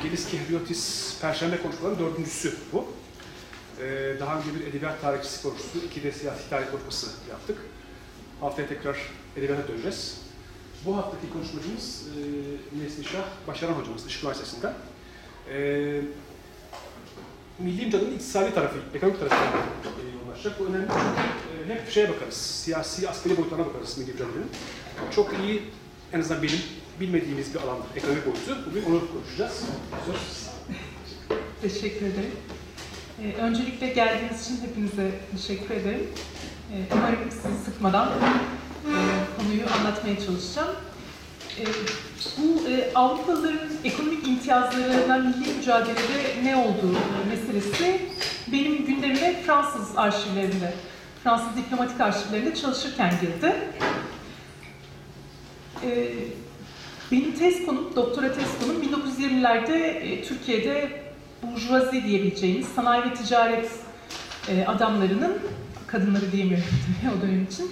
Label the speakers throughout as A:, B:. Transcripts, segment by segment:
A: Geliski Hediotis Perşembe konuşmalarının 4.'sü bu. Daha önce bir edebiyat tarihçisi konuşması, 2 de siyasi tarih konuşması yaptık. Haftaya tekrar edebiyata döneceğiz. Bu haftaki konuşmacımız Neslişah Başaran hocamız Işık Üniversitesi'nden. Milli mücadelenin iktisadi tarafı, ekonomik tarafından yoğunlaşacak. Bu önemli çünkü hep şeye bakarız, siyasi, askeri boyutlarına bakarız milli mücadelenin. Çok iyi, en azından benim bilmediğimiz bir alandır, ekonomik boyutu. Bugün onu konuşacağız. Söz.
B: Teşekkür ederim. Öncelikle geldiğiniz için hepinize teşekkür ederim. Umarım sizi sıkmadan konuyu anlatmaya çalışacağım. Bu Avrupalıların ekonomik imtiyazlarından milli mücadelede ne olduğu meselesi benim gündemime Fransız arşivlerinde, Fransız diplomatik arşivlerinde çalışırken girdi. Benim tez konum, doktora tez konum 1920'lerde Türkiye'de burjuvazi diyebileceğimiz sanayi ve ticaret adamlarının, kadınları diyemiyorum o dönem için,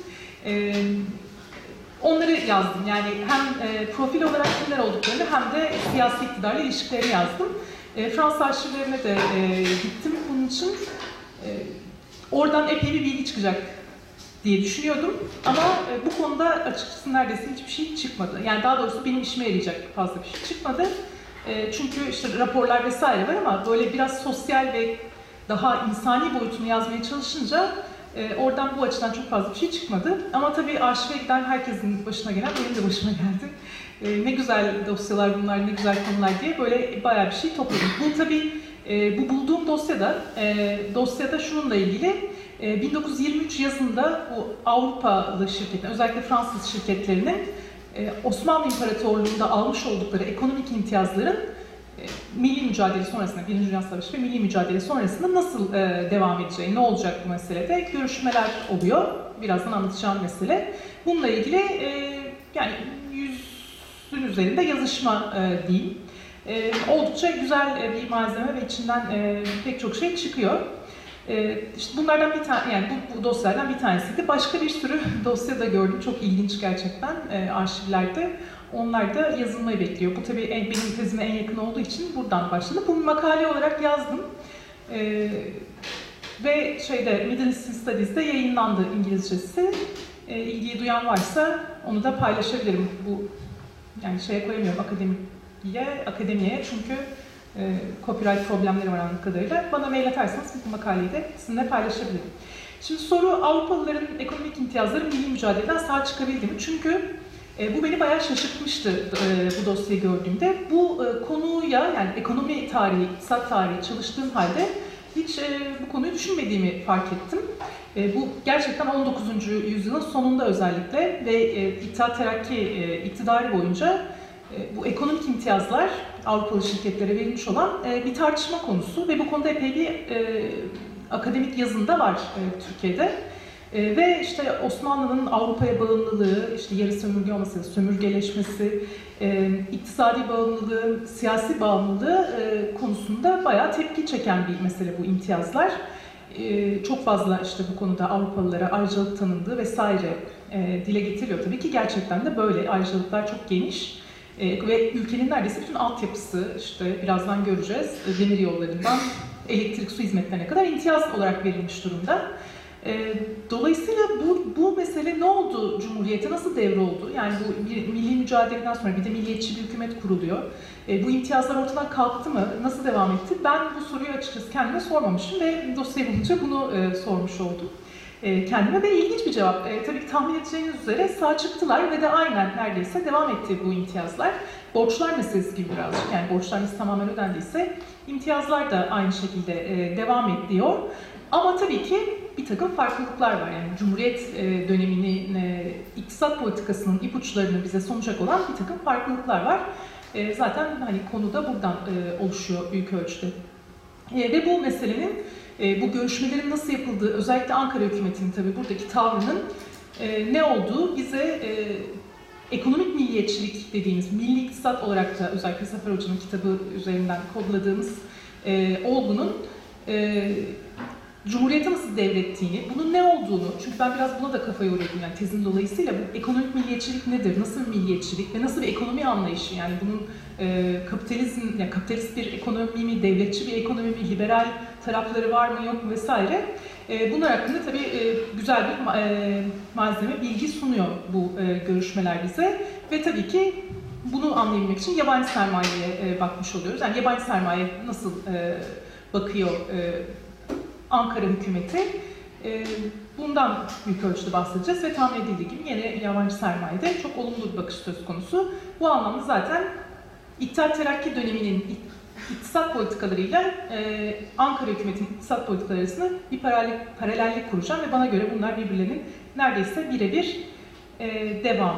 B: onları yazdım. Yani hem profil olarak kimler olduklarını hem de siyasi iktidarla ilişkilerini yazdım. Fransız arşivlerine de gittim bunun için. Oradan epey bir bilgi çıkacak diye düşünüyordum. Ama bu konuda açıkçası neredeyse hiçbir şey çıkmadı. Yani daha doğrusu benim işime yarayacak fazla bir şey çıkmadı. Çünkü işte raporlar vesaire var ama böyle biraz sosyal ve daha insani boyutunu yazmaya çalışınca oradan bu açıdan çok fazla bir şey çıkmadı. Ama tabii arşive giden herkesin başına gelen benim de başıma geldi. Ne güzel dosyalar bunlar, ne güzel konular diye böyle bayağı bir şey topladım. Bu tabii bu bulduğum dosyada şununla ilgili 1923 yazında bu Avrupalı şirketler, özellikle Fransız şirketlerinin Osmanlı İmparatorluğu'nda almış oldukları ekonomik imtiyazların milli mücadele sonrasında, Birinci Dünya Savaşı ve milli mücadele sonrasında nasıl devam edeceği, ne olacak bu meselede görüşmeler oluyor. Birazdan anlatacağım mesele. Bununla ilgili yani 100'ün üzerinde yazışma diyeyim. Oldukça güzel bir malzeme ve içinden pek çok şey çıkıyor. İşte bunlardan bir tane, yani bu dosyalardan bir tanesiydi. Başka bir sürü dosya da gördüm. Çok ilginç gerçekten arşivlerde. Onlar da yazılmayı bekliyor. Bu tabii benim tezime en yakın olduğu için buradan başladı. Bunu makale olarak yazdım. Ve Middle Eastern Studies'de yayınlandı İngilizcesi. İlgiyi duyan varsa onu da paylaşabilirim. Bu yani şeye koyamıyorum akademiye çünkü copyright problemleri var anladığım kadarıyla. Bana mail atarsanız bu makaleyi de sizinle paylaşabilirim. Şimdi soru, Avrupalıların ekonomik imtiyazları milli mücadeleden sağ çıkabildi mi? Çünkü bu beni bayağı şaşırtmıştı bu dosyayı gördüğümde. Bu konuya, yani ekonomi tarihi, iktisat tarihi çalıştığım halde hiç bu konuyu düşünmediğimi fark ettim. Bu gerçekten 19. yüzyılın sonunda özellikle ve İttihat Terakki iktidarı boyunca bu ekonomik imtiyazlar Avrupalı şirketlere verilmiş olan bir tartışma konusu ve bu konuda epey bir akademik yazında var Türkiye'de. Ve işte Osmanlı'nın Avrupa'ya bağımlılığı, işte yarı sömürge olması, sömürgeleşmesi, iktisadi bağımlılığı, siyasi bağımlılığı konusunda bayağı tepki çeken bir mesele bu imtiyazlar. Çok fazla işte bu konuda Avrupalılara ayrıcalık tanındığı vesaire dile getiriliyor. Tabii ki gerçekten de böyle ayrıcalıklar çok geniş. Ve ülkenin neredeyse bütün altyapısı, işte birazdan göreceğiz, demir yollarından elektrik, su hizmetlerine kadar imtiyaz olarak verilmiş durumda. Dolayısıyla bu mesele ne oldu Cumhuriyet'e, nasıl devroldu? Yani bu milli mücadeleden sonra bir de milliyetçi bir hükümet kuruluyor. Bu imtiyazlar ortadan kalktı mı? Nasıl devam etti? Ben bu soruyu açıkçası kendime sormamışım ve dosyayı bulunca bunu sormuş oldum kendime ve ilginç bir cevap. Tabii ki tahmin edeceğiniz üzere sağ çıktılar ve de aynen neredeyse devam etti bu imtiyazlar. Borçlar meselesi gibi birazcık, yani borçlarınız tamamen ödendiyse imtiyazlar da aynı şekilde devam ediyor. Ama tabii ki bir takım farklılıklar var. Yani Cumhuriyet döneminin iktisat politikasının ipuçlarını bize sunacak olan bir takım farklılıklar var. Zaten hani konu da buradan oluşuyor büyük ölçüde. Ve bu meselenin, bu görüşmelerin nasıl yapıldığı, özellikle Ankara hükümetinin tabii buradaki tavrının ne olduğu bize ekonomik milliyetçilik dediğimiz, milli iktisat olarak da özellikle Zafer Hoca'nın kitabı üzerinden kodladığımız olgunun Cumhuriyete nasıl devrettiğini, bunun ne olduğunu, çünkü ben biraz buna da kafayı yoruyorum yani tezim dolayısıyla bu ekonomik milliyetçilik nedir, nasıl bir milliyetçilik ve nasıl bir ekonomi anlayışı, yani bunun kapitalizm, yani kapitalist bir ekonomi mi, devletçi bir ekonomi mi, liberal tarafları var mı yok mu vesaire. Bunlar hakkında tabii güzel bir malzeme, bilgi sunuyor bu görüşmeler bize ve tabii ki bunu anlayabilmek için yabancı sermayeye bakmış oluyoruz. Yani yabancı sermaye nasıl bakıyor Ankara hükümeti? Bundan büyük ölçüde bahsedeceğiz ve tahmin edildiği gibi yine yabancı sermayede çok olumlu bir bakış söz konusu. Bu anlamda zaten İttihat Terakki döneminin iktisat politikalarıyla Ankara hükümetinin iktisat politikaları arasında bir paralellik kuracağım ve bana göre bunlar birbirlerinin neredeyse birebir devamı.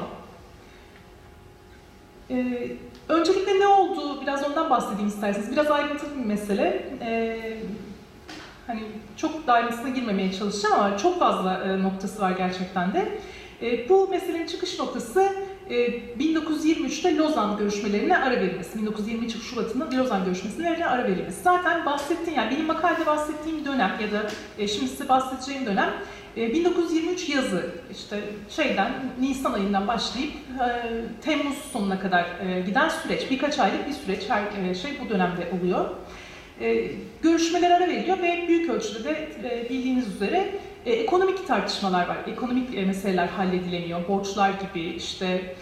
B: Öncelikle ne oldu? Biraz ondan bahsedeyim isterseniz. Biraz ayrıntılı bir mesele. Hani çok ayrıntısına girmemeye çalışacağım ama çok fazla noktası var gerçekten de. Bu meselenin çıkış noktası 1923'te Lozan görüşmelerine ara verilmesi. 1923 Şubat'ında Lozan görüşmelerine ara verilmesi. Zaten bahsettiğim, yani benim makalede bahsettiğim dönem ya da şimdi size bahsedeceğim dönem 1923 yazı, işte Nisan ayından başlayıp Temmuz sonuna kadar giden süreç, birkaç aylık bir süreç, her şey bu dönemde oluyor. Görüşmeler ara veriliyor ve büyük ölçüde de bildiğiniz üzere ekonomik tartışmalar var, ekonomik meseleler halledilemiyor, borçlar gibi işte,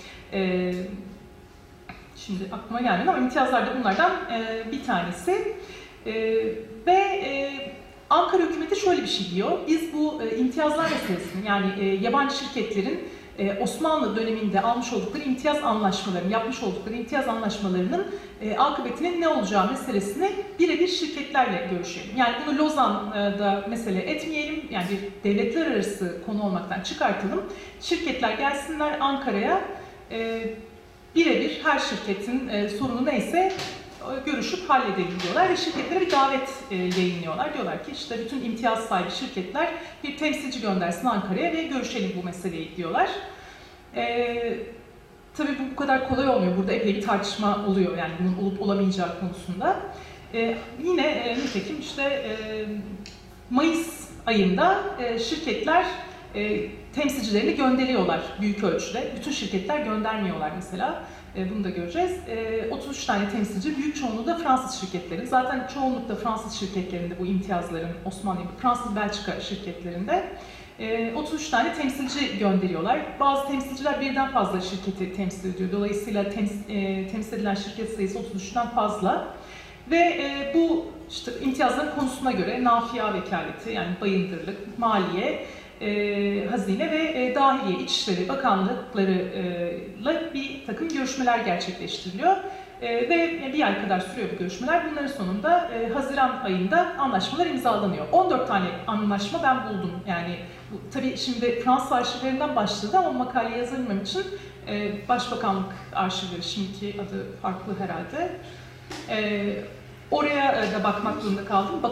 B: şimdi aklıma gelmedi ama imtiyazlar da bunlardan bir tanesi. Ve Ankara hükümeti şöyle bir şey diyor, biz bu imtiyazlar meselesini, yani yabancı şirketlerin Osmanlı döneminde almış oldukları imtiyaz anlaşmalarının, yapmış oldukları imtiyaz anlaşmalarının akıbetinin ne olacağı meselesini birebir şirketlerle görüşelim. Yani bunu Lozan'da mesele etmeyelim, yani bir devletler arası konu olmaktan çıkartalım. Şirketler gelsinler Ankara'ya, birebir her şirketin sorunu neyse görüşüp halledelim diyorlar ve şirketlere bir davet yayınlıyorlar. Diyorlar ki işte bütün imtiyaz sahibi şirketler bir temsilci göndersin Ankara'ya ve görüşelim bu meseleyi diyorlar. Tabii bu kadar kolay olmuyor. Burada epey bir tartışma oluyor yani bunun olup olamayacağı konusunda. Yine nitekim işte Mayıs ayında şirketler temsilcilerini gönderiyorlar büyük ölçüde. Bütün şirketler göndermiyorlar mesela. Bunu da göreceğiz. 33 tane temsilci, büyük çoğunluğu da Fransız şirketleri. Zaten çoğunlukla Fransız şirketlerinde bu imtiyazların, Osmanlı, Fransız Belçika şirketlerinde 33 tane temsilci gönderiyorlar. Bazı temsilciler birden fazla şirketi temsil ediyor. Dolayısıyla temsil edilen şirket sayısı 33'ten fazla. Ve bu işte imtiyazların konusuna göre nafia vekaleti, yani bayındırlık, maliye, Hazine ve Dahiliye, İçişleri Bakanlıklarıyla bir takım görüşmeler gerçekleştiriliyor. Ve bir ay kadar sürüyor bu görüşmeler. Bunların sonunda Haziran ayında anlaşmalar imzalanıyor. 14 tane anlaşma ben buldum. Yani tabii şimdi Fransız arşivlerinden başladı ama makale yazabilmem için Başbakanlık arşivleri, şimdiki adı farklı herhalde. Oraya da bakmak zorunda kaldım.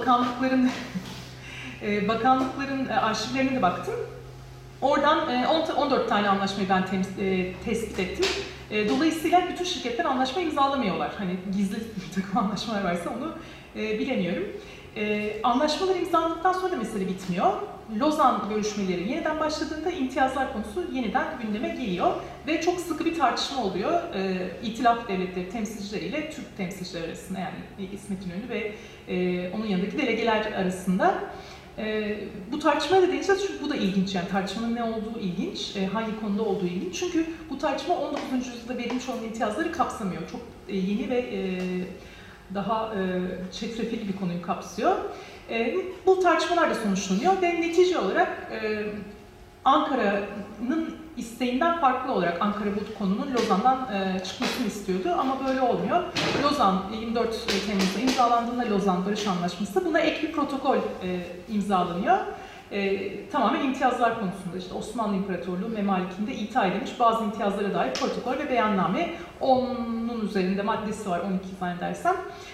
B: Bakanlıkların arşivlerine de baktım. Oradan 14 tane anlaşmayı ben tespit ettim. Dolayısıyla bütün şirketler anlaşma imzalamıyorlar. Hani gizli bir takım anlaşmalar varsa onu bilemiyorum. Anlaşmalar imzaladıktan sonra da mesele bitmiyor. Lozan görüşmeleri yeniden başladığında imtiyazlar konusu yeniden gündeme geliyor. Ve çok sıkı bir tartışma oluyor. İtilaf devletleri temsilcileriyle Türk temsilciler arasında, yani İsmet İnönü ve onun yanındaki delegeler arasında. Bu tartışmaya da değineceğiz çünkü bu da ilginç, yani tartışmanın ne olduğu ilginç, hangi konuda olduğu ilginç. Çünkü bu tartışma 19. yüzyılda verilmiş olan imtiyazları kapsamıyor. Çok yeni ve daha çetrefilli bir konuyu kapsıyor. Bu tartışmalar da sonuçlanıyor ve netice olarak Ankara'nın isteğinden farklı olarak Ankara bu konunun Lozan'dan çıkmasını istiyordu ama böyle olmuyor. Lozan 24 Temmuz'da imzalandığında Lozan Barış Anlaşması, buna ek bir protokol imzalanıyor. Tamamen imtiyazlar konusunda işte Osmanlı İmparatorluğu memalikinde ithal edilmiş bazı imtiyazlara dair protokol ve beyanname, 10'un üzerinde maddesi var, 12 zannedersem.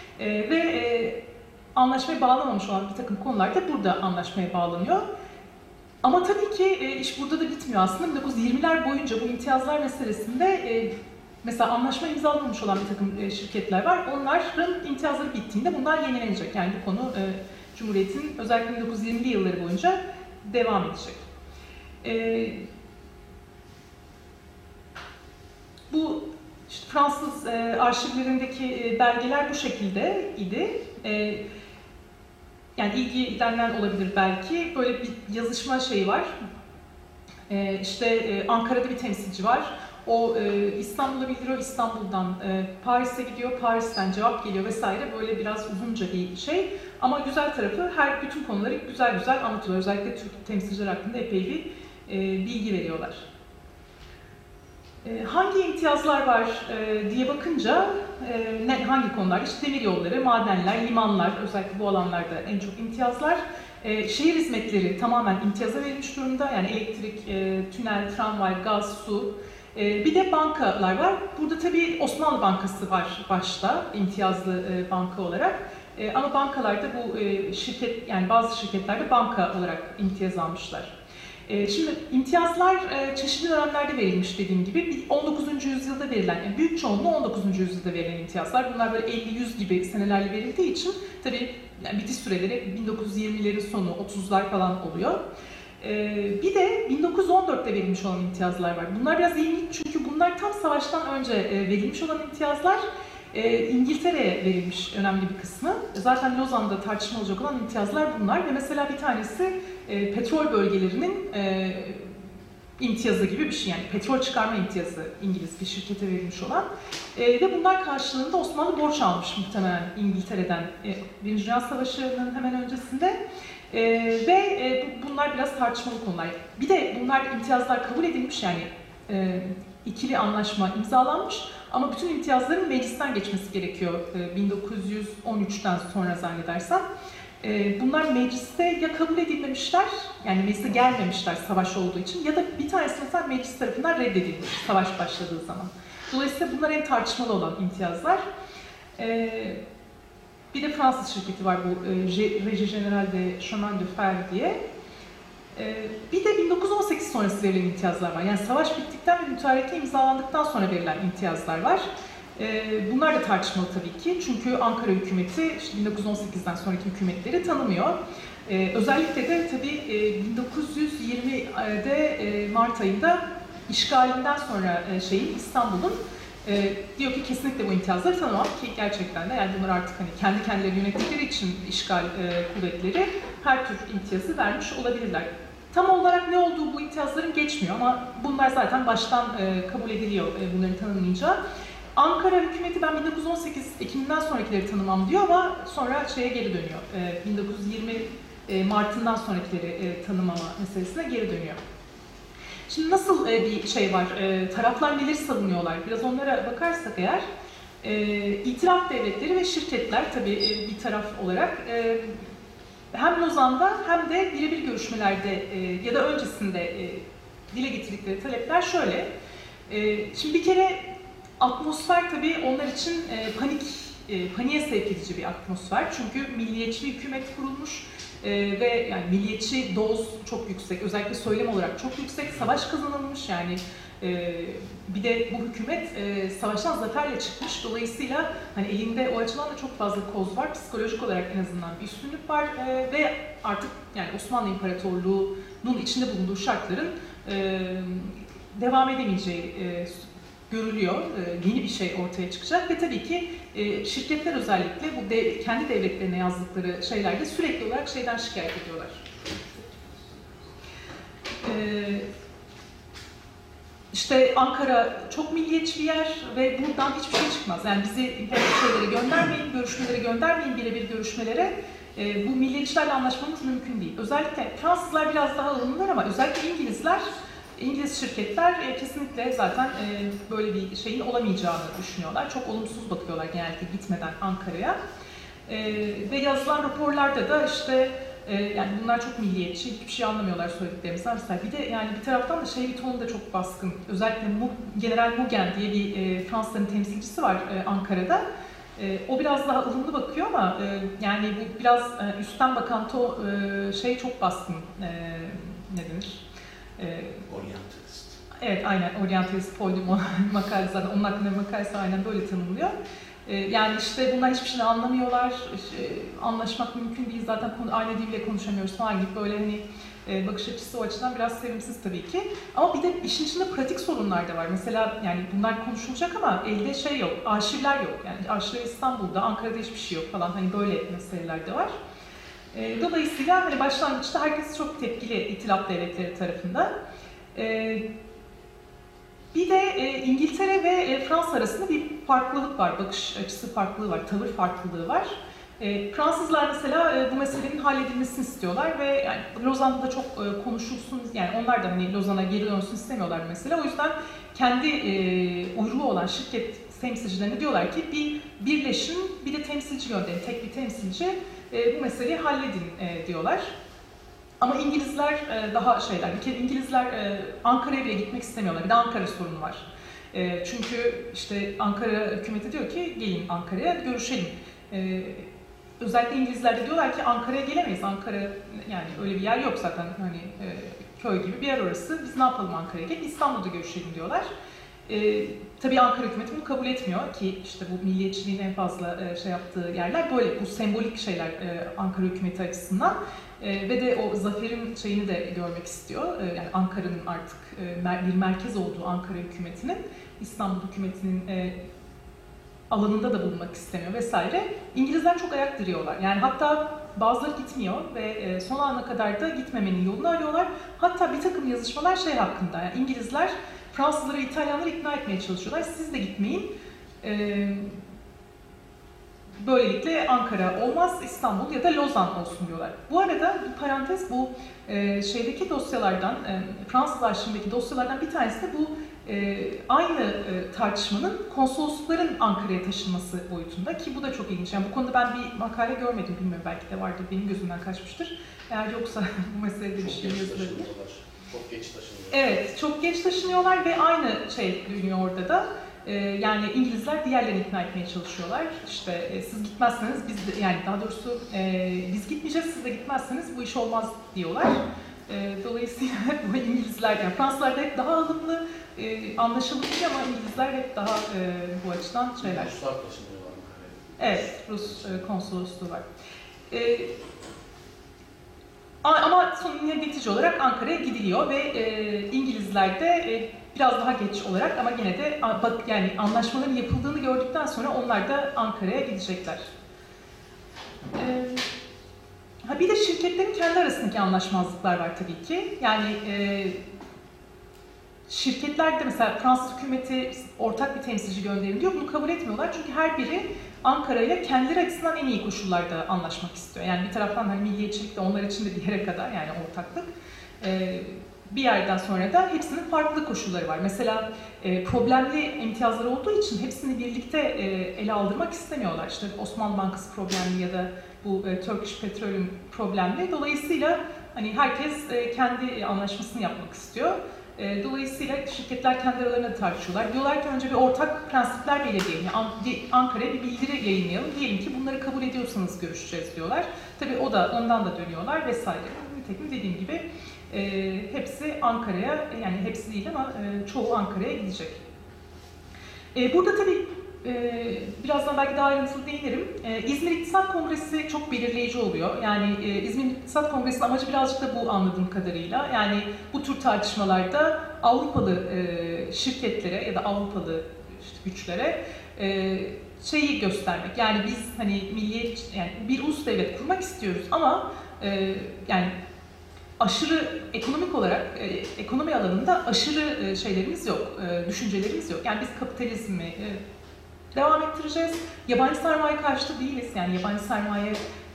B: Anlaşmaya bağlamamış olan bir takım konular da burada anlaşmaya bağlanıyor. Ama tabii ki iş burada da bitmiyor aslında. 1920'ler boyunca bu imtiyazlar meselesinde mesela anlaşma imzalamamış olan bir takım şirketler var. Onların imtiyazları bittiğinde bunlar yenilenecek. Yani bu konu Cumhuriyeti'nin özellikle 1920'li yılları boyunca devam edecek. Bu işte Fransız arşivlerindeki belgeler bu şekilde idi. Yani ilgilenen olabilir belki. Böyle bir yazışma şeyi var. İşte Ankara'da bir temsilci var. O İstanbul'a bildiriyor, İstanbul'dan Paris'e gidiyor, Paris'ten cevap geliyor vesaire. Böyle biraz uzunca bir şey. Ama güzel tarafı bütün konuları güzel güzel anlatıyorlar. Özellikle Türk temsilciler hakkında epey bir bilgi veriyorlar. Hangi imtiyazlar var diye bakınca hangi konular? İşte demir yolları, madenler, limanlar, özellikle bu alanlarda en çok imtiyazlar. Şehir hizmetleri tamamen imtiyaza verilmiş durumda. Yani elektrik, tünel, tramvay, gaz, su. Bir de bankalar var. Burada tabii Osmanlı Bankası var başta, imtiyazlı banka olarak. Ama bankalarda bu yani bazı şirketlerde banka olarak imtiyaz almışlar. Şimdi imtiyazlar çeşitli dönemlerde verilmiş dediğim gibi. 19. yüzyılda verilen, yani büyük çoğunluğu 19. yüzyılda verilen imtiyazlar. Bunlar böyle 50-100 gibi senelerle verildiği için tabii yani bitiş süreleri 1920'lerin sonu, 30'lar falan oluyor. Bir de 1914'te verilmiş olan imtiyazlar var. Bunlar biraz ilginç çünkü bunlar tam savaştan önce verilmiş olan imtiyazlar. İngiltere'ye verilmiş önemli bir kısmı. Zaten Lozan'da tartışma olacak olan imtiyazlar bunlar ve mesela bir tanesi petrol bölgelerinin imtiyazı gibi bir şey, yani petrol çıkarma imtiyazı İngiliz bir şirkete verilmiş olan ve bunlar karşılığında Osmanlı borç almış muhtemelen İngiltere'den Birinci Dünya Savaşı'nın hemen öncesinde ve bunlar biraz tartışmalı konular. Bir de bunlar imtiyazlar kabul edilmiş, yani ikili anlaşma imzalanmış ama bütün imtiyazların meclisten geçmesi gerekiyor 1913'ten sonra zannedersem. Bunlar mecliste ya kabul edilmemişler, yani meclise gelmemişler savaş olduğu için ya da bir tanesi mesela meclis tarafından reddedilmiş savaş başladığı zaman. Dolayısıyla bunlar en tartışmalı olan imtiyazlar. Bir de Fransız şirketi var bu Régie Générale de Chemin de Fer diye. Bir de 1918 sonrası verilen imtiyazlar var. Yani savaş bittikten ve mütareke imzalandıktan sonra verilen imtiyazlar var. Bunlar da tartışmalı tabii ki. Çünkü Ankara hükümeti işte 1918'den sonraki hükümetleri tanımıyor. Özellikle de tabii 1920'de Mart ayında işgalinden sonra İstanbul'un diyor ki kesinlikle bu imtiyazları tanımam ki gerçekten de yani bunlar artık hani kendi kendileri yönettikleri için işgal kuvvetleri her tür imtiyazı vermiş olabilirler. Tam olarak ne olduğu bu imtiyazların geçmiyor ama bunlar zaten baştan kabul ediliyor bunların tanınmayacağı. Ankara hükümeti ben 1918 Ekim'inden sonrakileri tanımam diyor ama sonra geri dönüyor. 1920 Mart'ından sonrakileri tanımama meselesine geri dönüyor. Şimdi nasıl bir şey var, taraflar neleri savunuyorlar? Biraz onlara bakarsak eğer, itiraf devletleri ve şirketler tabii bir taraf olarak hem Lozan'da hem de birebir görüşmelerde ya da öncesinde dile getirdikleri talepler şöyle. Şimdi bir kere atmosfer tabii onlar için paniğe sevk edici bir atmosfer. Çünkü milliyetçi bir hükümet kurulmuş ve yani milliyetçi doz çok yüksek, özellikle söylem olarak çok yüksek, savaş kazanılmış yani bir de bu hükümet savaştan zaferle çıkmış. Dolayısıyla hani elinde o açıdan da çok fazla koz var, psikolojik olarak en azından bir üstünlük var ve artık yani Osmanlı İmparatorluğu'nun içinde bulunduğu şartların devam edemeyeceği görülüyor, yeni bir şey ortaya çıkacak ve tabii ki şirketler özellikle bu kendi devletlerine yazdıkları şeylerde sürekli olarak şeyden şikayet ediyorlar. İşte Ankara çok milliyetçi bir yer ve buradan hiçbir şey çıkmaz. Yani bizi şeylere göndermeyin, görüşmelere göndermeyin, birebir görüşmelere. Bu milliyetçilerle anlaşmamız mümkün değil. Özellikle Fransızlar biraz daha ılımlılar ama özellikle İngiliz şirketler kesinlikle zaten böyle bir şeyin olamayacağını düşünüyorlar. Çok olumsuz bakıyorlar genellikle gitmeden Ankara'ya. Ve yazılan raporlarda da işte yani bunlar çok milliyetçi, hiçbir şey anlamıyorlar söylediklerimizden. Mesela bir de yani bir taraftan da bir tonu da çok baskın. Özellikle General Mugen diye bir Fransa'nın temsilcisi var Ankara'da. O biraz daha ılımlı bakıyor ama yani bu biraz üstten bakan çok baskın, ne denir?
C: Orientalist.
B: Evet, aynen. Orientalist Paul Dumont makalesi zaten. Onun hakkında bir makalesi aynen böyle tanımlıyor. Yani işte bunlar hiçbir şeyden anlamıyorlar, anlaşmak mümkün değil, zaten aynı dille konuşamıyoruz falan gibi böyle hani bakış açısı o açıdan biraz sevimsiz tabii ki. Ama bir de işin içinde pratik sorunlar da var. Mesela yani bunlar konuşulacak ama elde şey yok, arşivler yok. Yani arşivler İstanbul'da, Ankara'da hiçbir şey yok falan, hani böyle meseleler de var. Dolayısıyla hani başlangıçta herkes çok tepkili İtilaf devletleri tarafından. Bir de İngiltere ve Fransa arasında bir farklılık var, bakış açısı farklılığı var, tavır farklılığı var. Fransızlar mesela bu meselenin halledilmesini istiyorlar ve yani Lozan'da da çok konuşulsun, yani onlar da hani Lozan'a geri dönsün istemiyorlar mesela. O yüzden kendi uyruğu olan şirket temsilcilerine diyorlar ki bir birleşin, bir de temsilci gönderin, tek bir temsilci bu meseleyi halledin diyorlar. Ama İngilizler daha şeyler, bir kere İngilizler Ankara'ya bile gitmek istemiyorlar. Bir de Ankara sorunu var. Çünkü işte Ankara hükümeti diyor ki gelin Ankara'ya görüşelim. Özellikle İngilizler de diyorlar ki Ankara'ya gelemeyiz. Ankara yani öyle bir yer yok zaten, hani köy gibi bir yer orası. Biz ne yapalım Ankara'ya gelip İstanbul'da görüşelim diyorlar. Tabii Ankara hükümeti bunu kabul etmiyor ki işte bu milliyetçiliğin en fazla şey yaptığı yerler böyle, bu sembolik şeyler Ankara hükümeti açısından. Ve de o zaferin şeyini de görmek istiyor. Yani Ankara'nın artık bir merkez olduğu Ankara hükümetinin, İstanbul hükümetinin alanında da bulunmak istemiyor vesaire. İngilizler çok ayak diriyorlar. Yani hatta bazıları gitmiyor ve son ana kadar da gitmemenin yolunu arıyorlar. Hatta bir takım yazışmalar şey hakkında, yani İngilizler Fransızları ve İtalyanları ikna etmeye çalışıyorlar. Siz de gitmeyin. Böylelikle Ankara olmaz, İstanbul ya da Lozan olsun diyorlar. Bu arada bir parantez, bu şeydeki dosyalardan, Fransız arşivindeki dosyalardan bir tanesi de bu aynı tartışmanın konsoloslukların Ankara'ya taşınması boyutunda, ki bu da çok ilginç. Yani bu konuda ben bir makale görmedim, bilmiyorum, belki de vardır, benim gözümden kaçmıştır. Eğer yoksa bu meselede bir şey yazılabilir.
C: Çok geç taşınıyorlar. Evet,
B: çok geç taşınıyorlar ve aynı şey dönüyor orada da. Yani İngilizler diğerlerini ikna etmeye çalışıyorlar. İşte siz gitmezseniz biz de, yani daha doğrusu biz gitmeyeceğiz, siz de gitmezseniz bu iş olmaz diyorlar. Dolayısıyla bu İngilizler, yani Fransızlar da hep daha alımlı, anlaşılabilir ama İngilizler hep daha bu açıdan şeyler.
C: Ruslar taşınıyorlar Ankara'ya.
B: Evet, Rus konsolosluğu var. Ama netice olarak Ankara'ya gidiliyor ve İngilizler de biraz daha geç olarak ama yine de yani anlaşmaların yapıldığını gördükten sonra onlar da Ankara'ya gidecekler. Bir de şirketlerin kendi arasındaki anlaşmazlıklar var tabii ki. Yani şirketler de mesela Fransız hükümeti ortak bir temsilci gönderin diyor. Bunu kabul etmiyorlar çünkü her biri Ankara ile kendileri açısından en iyi koşullarda anlaşmak istiyor. Yani bir taraftan hani milliyetçilik de onlar için de bir yere kadar, yani ortaklık. Bir yerden sonra da hepsinin farklı koşulları var. Mesela problemli imtiyazlar olduğu için hepsini birlikte ele aldırmak istemiyorlar. İşte Osmanlı Bankası problemli ya da bu Turkish Petroleum problemli. Dolayısıyla hani herkes kendi anlaşmasını yapmak istiyor. Dolayısıyla şirketler kendi aralarında tartışıyorlar. Diyorlar ki önce bir ortak prensipler belirleyelim. Ankara'ya bir bildiri yayınlayalım. Diyelim ki bunları kabul ediyorsanız görüşeceğiz diyorlar. Tabii ondan da dönüyorlar vesaire. Nitekim dediğim gibi hepsi Ankara'ya, yani hepsi değil ama çoğu Ankara'ya gidecek. Burada tabii birazdan belki daha ayrıntılı değinirim. İzmir İktisat Kongresi çok belirleyici oluyor. Yani İzmir İktisat Kongresi'nin amacı birazcık da bu, anladığım kadarıyla. Yani bu tür tartışmalarda Avrupalı şirketlere ya da Avrupalı güçlere şeyi göstermek. Yani biz hani yani bir ulus devlet kurmak istiyoruz ama yani aşırı ekonomik olarak, ekonomi alanında aşırı şeylerimiz yok, düşüncelerimiz yok. Yani biz kapitalizmi devam ettireceğiz. Yabancı sermaye karşıtı değiliz. Yani yabancı sermaye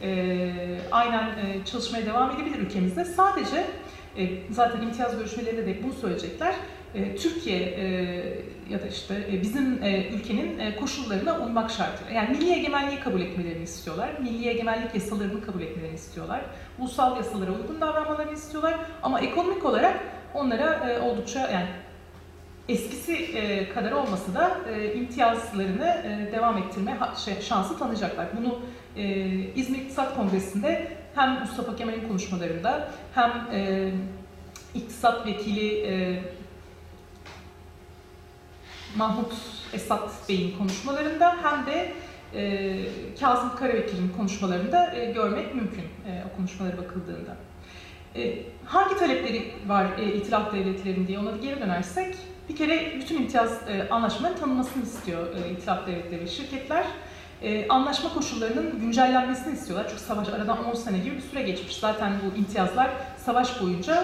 B: aynen çalışmaya devam edebilir ülkemizde. Sadece zaten imtiyaz görüşmelerinde de bunu söyleyecekler. Türkiye ya da işte bizim ülkenin koşullarına uymak şartıyla. Yani milli egemenliği kabul etmelerini istiyorlar. Milli egemenlik yasalarını kabul etmelerini istiyorlar. Ulusal yasalara uygun davranmalarını istiyorlar. Ama ekonomik olarak onlara oldukça, yani eskisi kadar olmasa da imtiyazlarını devam ettirme şansı tanıyacaklar. Bunu İzmir İktisat Kongresi'nde hem Mustafa Kemal'in konuşmalarında hem iktisat vekili Mahmut Esat Bey'in konuşmalarında hem de Kazım Karabekir'in konuşmalarında görmek mümkün o konuşmalara bakıldığında. Hangi talepleri var itilaf devletlerin diye ona geri dönersek, bir kere bütün imtiyaz anlaşmaların tanınmasını istiyor itilaf devletleri ve şirketler. Anlaşma koşullarının güncellenmesini istiyorlar. Çünkü savaş aradan 10 sene gibi bir süre geçmiş. Zaten bu imtiyazlar savaş boyunca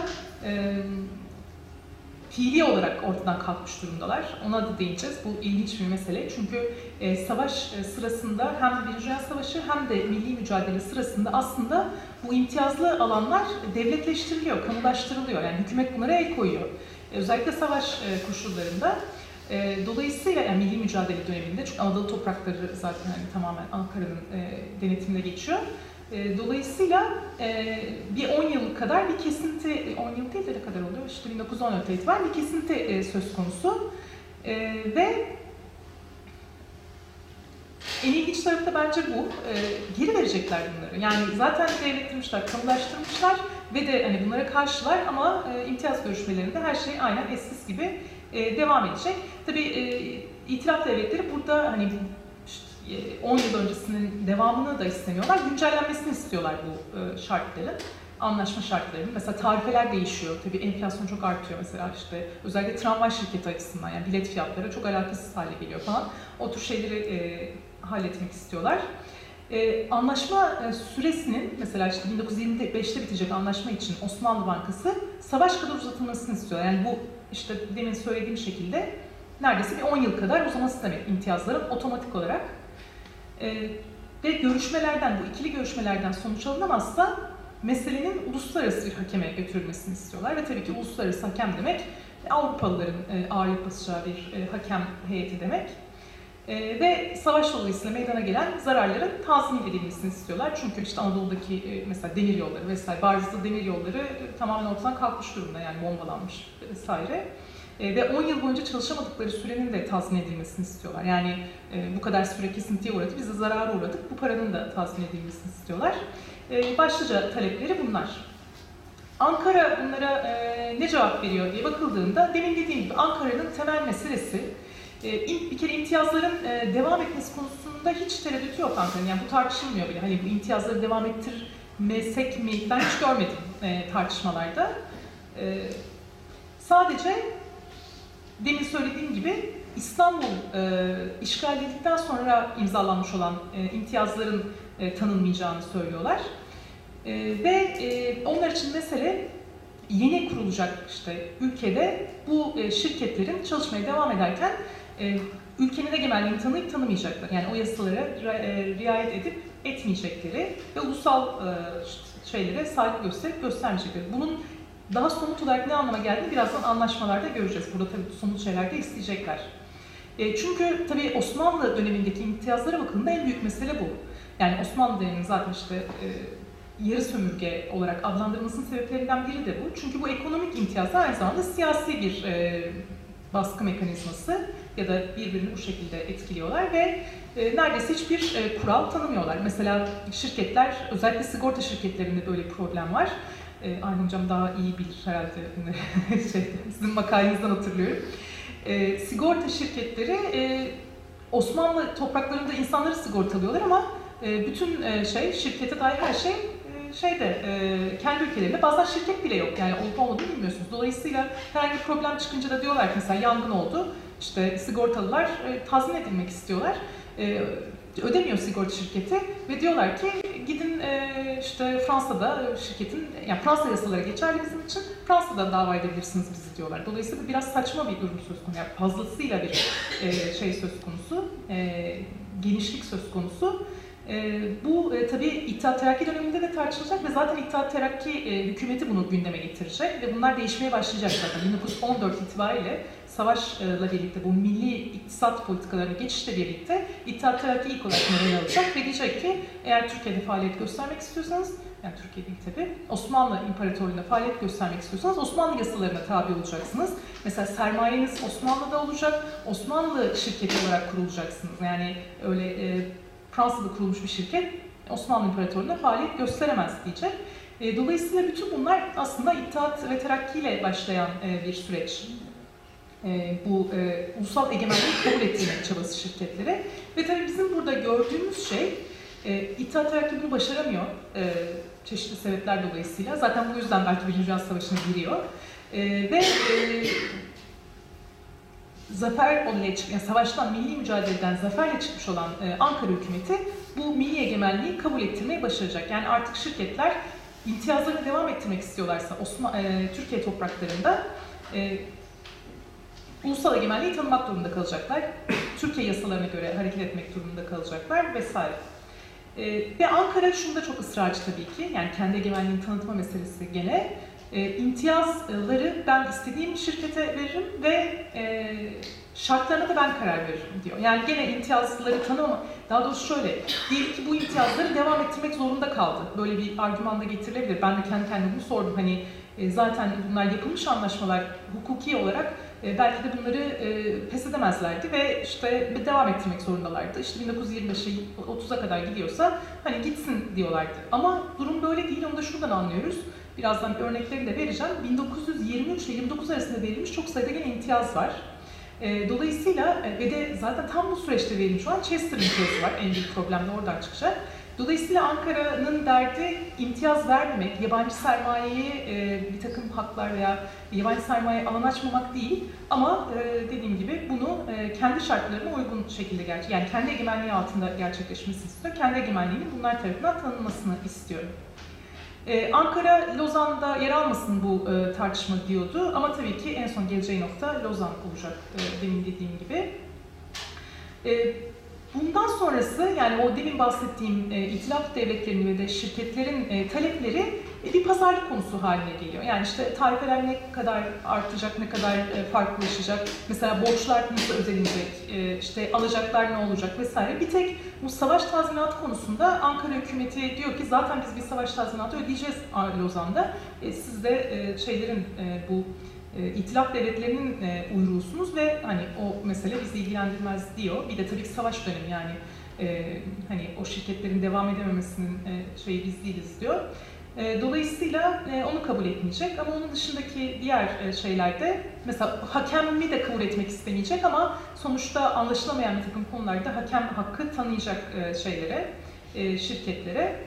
B: fiili olarak ortadan kalkmış durumdalar. Ona da değineceğiz. Bu ilginç bir mesele. Çünkü savaş sırasında hem Birinci Dünya Savaşı hem de milli mücadele sırasında aslında bu imtiyazlı alanlar devletleştiriliyor, kamulaştırılıyor. Yani hükümet bunlara el koyuyor. Özellikle savaş koşullarında. Dolayısıyla yani milli mücadele döneminde, çünkü Anadolu toprakları zaten hani tamamen Ankara'nın denetiminde geçiyor. Dolayısıyla bir 10 yıl kadar bir kesinti, 10 yıl değil de ne kadar oluyor? İşte 1914'te itibaren bir kesinti söz konusu. Ve en ilginç tarafı da bence bu. Geri verecekler bunları. Yani zaten devlettirmişler, kamulaştırmışlar ve de hani bunlara karşılar ama imtiyaz görüşmelerinde her şey aynen eskisi gibi devam edecek. Tabii itilaf devletleri burada hani 10 yıl öncesinin devamını da istemiyorlar, güncellenmesini istiyorlar bu şartların, anlaşma şartlarının. Mesela tarifeler değişiyor, tabii enflasyon çok artıyor mesela işte özellikle tramvay şirketi açısından yani bilet fiyatları çok alakasız hale geliyor falan. O tür şeyleri halletmek istiyorlar. Anlaşma süresinin mesela işte 1925'te bitecek anlaşma için Osmanlı Bankası savaş kadar uzatılmasını istiyor. Yani bu işte demin söylediğim şekilde neredeyse bir 10 yıl kadar uzaması demek imtiyazların otomatik olarak. Ve görüşmelerden, bu ikili görüşmelerden sonuç alınamazsa meselenin uluslararası bir hakeme götürülmesini istiyorlar. Ve tabii ki uluslararası hakem demek Avrupalıların ağırlık basacağı bir hakem heyeti demek. Ve savaş dolayısıyla meydana gelen zararların tazmin edilmesini istiyorlar. Çünkü işte Anadolu'daki mesela demir yolları vesaire, bazı demir yolları tamamen ortadan kalkmış durumda yani bombalanmış vesaire. Ve 10 yıl boyunca çalışamadıkları sürenin de tazmin edilmesini istiyorlar. Yani bu kadar süre kesintiye uğradı, biz de zarara uğradık, bu paranın da tazmin edilmesini istiyorlar. Başlıca talepleri bunlar. Ankara bunlara ne cevap veriyor diye bakıldığında, demin dediğim gibi Ankara'nın temel meselesi, bir kere imtiyazların devam etmesi konusunda hiç tereddütü yok Ankara'nın. Yani bu tartışılmıyor bile. Hani bu imtiyazları devam ettirmesek mi? Ben hiç görmedim tartışmalarda. Sadece demin söylediğim gibi İstanbul işgal edildikten sonra imzalanmış olan imtiyazların tanınmayacağını söylüyorlar. Ve onlar için mesele yeni kurulacak işte ülkede bu şirketlerin çalışmaya devam ederken ülkenin egemenliğini tanıyıp tanımayacaklar. Yani o yasalara riayet edip etmeyecekleri ve ulusal şeylere saygı gösterip göstermeyecekleri. Bunun daha somut olarak ne anlama geldiğini birazdan anlaşmalarda göreceğiz. Burada tabii somut şeyler de isteyecekler. Çünkü tabii Osmanlı dönemindeki imtiyazlara bakıldığında en büyük mesele bu. Yani Osmanlı döneminin zaten işte yarı sömürge olarak adlandırılmasının sebeplerinden biri de bu. Çünkü bu ekonomik imtiyazlar aynı zamanda siyasi bir baskı mekanizması ya da birbirini bu şekilde etkiliyorlar ve neredeyse hiçbir kural tanımıyorlar. Mesela şirketler, özellikle sigorta şirketlerinde böyle bir problem var. Aynı hocam daha iyi bilir herhalde, sizin makalenizden hatırlıyorum. Sigorta şirketleri Osmanlı topraklarında insanları sigortalıyorlar ama bütün şirkete dair her şey kendi ülkelerinde bazen şirket bile yok. Yani olup olmadığını bilmiyorsunuz. Dolayısıyla herhangi bir problem çıkınca da diyorlar ki mesela yangın oldu, işte sigortalılar tazmin edilmek istiyorlar. Ödemiyor sigorta şirketi ve diyorlar ki gidin işte Fransa'da şirketin, yani Fransa yasaları geçerli bizim için, Fransa'da dava edebilirsiniz bizi diyorlar. Dolayısıyla bu biraz saçma bir durum söz konusu. Yani fazlasıyla bir söz konusu, genişlik söz konusu. Bu tabii İttihat Terakki döneminde de tartışılacak ve zaten İttihat Terakki hükümeti bunu gündeme getirecek ve bunlar değişmeye başlayacak zaten. 1914 itibariyle savaşla birlikte bu milli iktisat politikalarına geçişle birlikte İttihat Terakki ilk olarak rol alacak ve diyecek ki eğer Türkiye'de faaliyet göstermek istiyorsanız, yani Türkiye değil tabii, Osmanlı İmparatorluğu'nda faaliyet göstermek istiyorsanız Osmanlı yasalarına tabi olacaksınız. Mesela sermayeniz Osmanlı'da olacak, Osmanlı şirketi olarak kurulacaksınız. Yani öyle Fransa'da kurulmuş bir şirket Osmanlı İmparatorluğu'nda faaliyet gösteremez diyecek. Dolayısıyla bütün bunlar aslında İttihat ve Terakki ile başlayan bir süreç. Bu ulusal egemenliği kabul ettirmek çabası şirketlere. Ve tabii bizim burada gördüğümüz şey, İttihat Terakki bunu başaramıyor çeşitli sebepler dolayısıyla. Zaten bu yüzden belki Birinci Dünya Savaşı'na giriyor. Ve zafer olaya çıkmış, yani savaştan, milli mücadeleden zaferle çıkmış olan Ankara hükümeti bu milli egemenliği kabul ettirmeyi başaracak. Yani artık şirketler imtiyazlarını devam ettirmek istiyorlarsa Türkiye topraklarında ulusal egemenliği tanımak durumunda kalacaklar. Türkiye yasalarına göre hareket etmek durumunda kalacaklar vesaire. Ve Ankara şunda çok ısrarcı tabii ki, yani kendi egemenliğini tanıtma meselesi gene. İmtiyazları ben istediğim şirkete veririm ve şartlarına da ben karar veririm diyor. Yani gene imtiyazları tanımama, daha doğrusu şöyle, diyelim ki bu imtiyazları devam ettirmek zorunda kaldı. Böyle bir argüman da getirilebilir. Ben de kendi kendime bunu sordum. Hani zaten bunlar yapılmış anlaşmalar, hukuki olarak belki de bunları pes edemezlerdi ve işte devam ettirmek zorundalardı. İşte 1925'e 30'a kadar gidiyorsa hani gitsin diyorlardı. Ama durum böyle değil, onu da şuradan anlıyoruz. Birazdan örnekleri de vereceğim. 1923 ile 29 arasında verilmiş çok sayıda gene imtiyaz var. Dolayısıyla ve de zaten tam bu süreçte verilmiş olan Chester imtiyazı var. En büyük problem de oradan çıkacak. Dolayısıyla Ankara'nın derdi imtiyaz vermemek, yabancı sermayeyi bir takım haklar veya yabancı sermaye alan açmamak değil. Ama dediğim gibi bunu kendi şartlarına uygun şekilde yani kendi egemenliği altında gerçekleşmesini istiyor. Kendi egemenliğinin bunlar tarafından tanınmasını istiyor. Ankara, Lozan'da yer almasın bu tartışma diyordu ama tabii ki en son geleceği nokta Lozan olacak demin dediğim gibi. Bundan sonrası yani o demin bahsettiğim itilaf devletlerinin ve de şirketlerin talepleri bir pazarlık konusu haline geliyor. Yani işte tarifeler ne kadar artacak, ne kadar farklılaşacak, mesela borçlar nasıl ödenecek, işte alacaklar ne olacak vesaire. Bir tek bu savaş tazminatı konusunda Ankara hükümeti diyor ki zaten biz bir savaş tazminatı ödeyeceğiz Lozan'da. Siz de bu İtilaf devletlerinin uyruğusunuz ve hani o mesele bizi ilgilendirmez diyor. Bir de tabii ki savaş dönemi yani hani o şirketlerin devam edememesinin biz değiliz diyor. Dolayısıyla onu kabul etmeyecek ama onun dışındaki diğer şeylerde mesela hakemi de kabul etmek istemeyecek ama sonuçta anlaşılamayan bir takım konularda hakem hakkı tanıyacak şirketlere.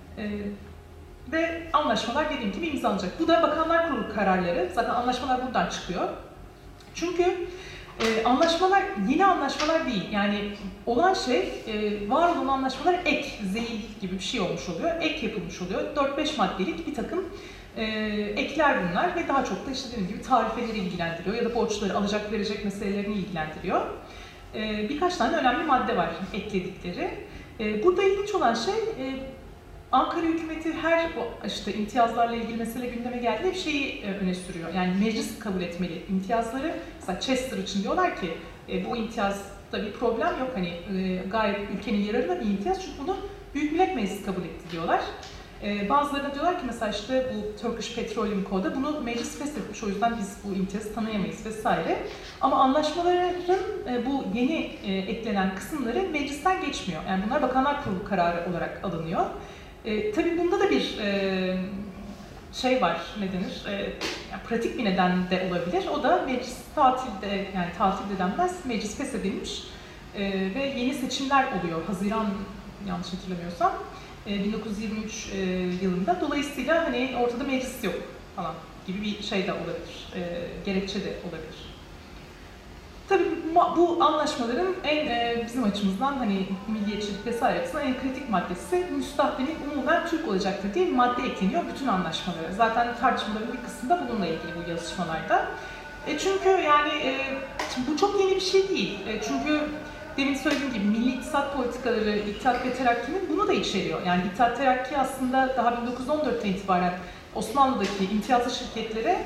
B: Ve anlaşmalar dediğim gibi imzalanacak. Bu da Bakanlar Kurulu kararları. Zaten anlaşmalar buradan çıkıyor. Çünkü anlaşmalar yeni anlaşmalar değil. Yani olan şey var olan anlaşmalar ek, zeyil gibi bir şey olmuş oluyor. Ek yapılmış oluyor. 4-5 maddelik bir takım ekler bunlar ve daha çok da işte dediğim gibi tarifeleri ilgilendiriyor ya da borçları alacak verecek meselelerini ilgilendiriyor. Birkaç tane önemli madde var ekledikleri. Burada ilginç olan şey Ankara hükümeti her işte imtiyazlarla ilgili mesele gündeme geldiğinde bir şeyi öne sürüyor. Yani meclis kabul etmeli imtiyazları. Mesela Chester için diyorlar ki bu imtiyazda bir problem yok. Hani gayet ülkenin yararına bir imtiyaz çünkü bunu Büyük Millet Meclisi kabul etti diyorlar. Bazılarına diyorlar ki mesela işte bu Turkish Petroleum Code'a bunu meclis feshetmiş o yüzden biz bu imtiyazı tanıyamayız vesaire. Ama anlaşmaların bu yeni eklenen kısımları meclisten geçmiyor. Yani bunlar Bakanlar Kurulu kararı olarak alınıyor. Tabii bunda da bir var, ne denir, yani pratik bir neden de olabilir. O da meclis tatilde, yani tatil denmez, meclis feshedilmiş ve yeni seçimler oluyor. Haziran, yanlış hatırlamıyorsam, 1923 yılında. Dolayısıyla hani ortada meclis yok falan gibi bir şey de olabilir, gerekçe de olabilir. Tabii bu anlaşmaların bizim açımızdan hani milliyetçilik vesaire açısından en kritik maddesi müstahdenin umumen Türk olacaktır diye bir madde ekleniyor bütün anlaşmalara. Zaten tartışmaların bir kısmında bununla ilgili bu yazışmalarda. Çünkü yani bu çok yeni bir şey değil. Çünkü demin söylediğim gibi milli iktisat politikaları, İttihat ve Terakki'nin bunu da içeriyor. Yani İttihat Terakki aslında daha 1914'ten itibaren Osmanlı'daki imtiyazlı şirketlere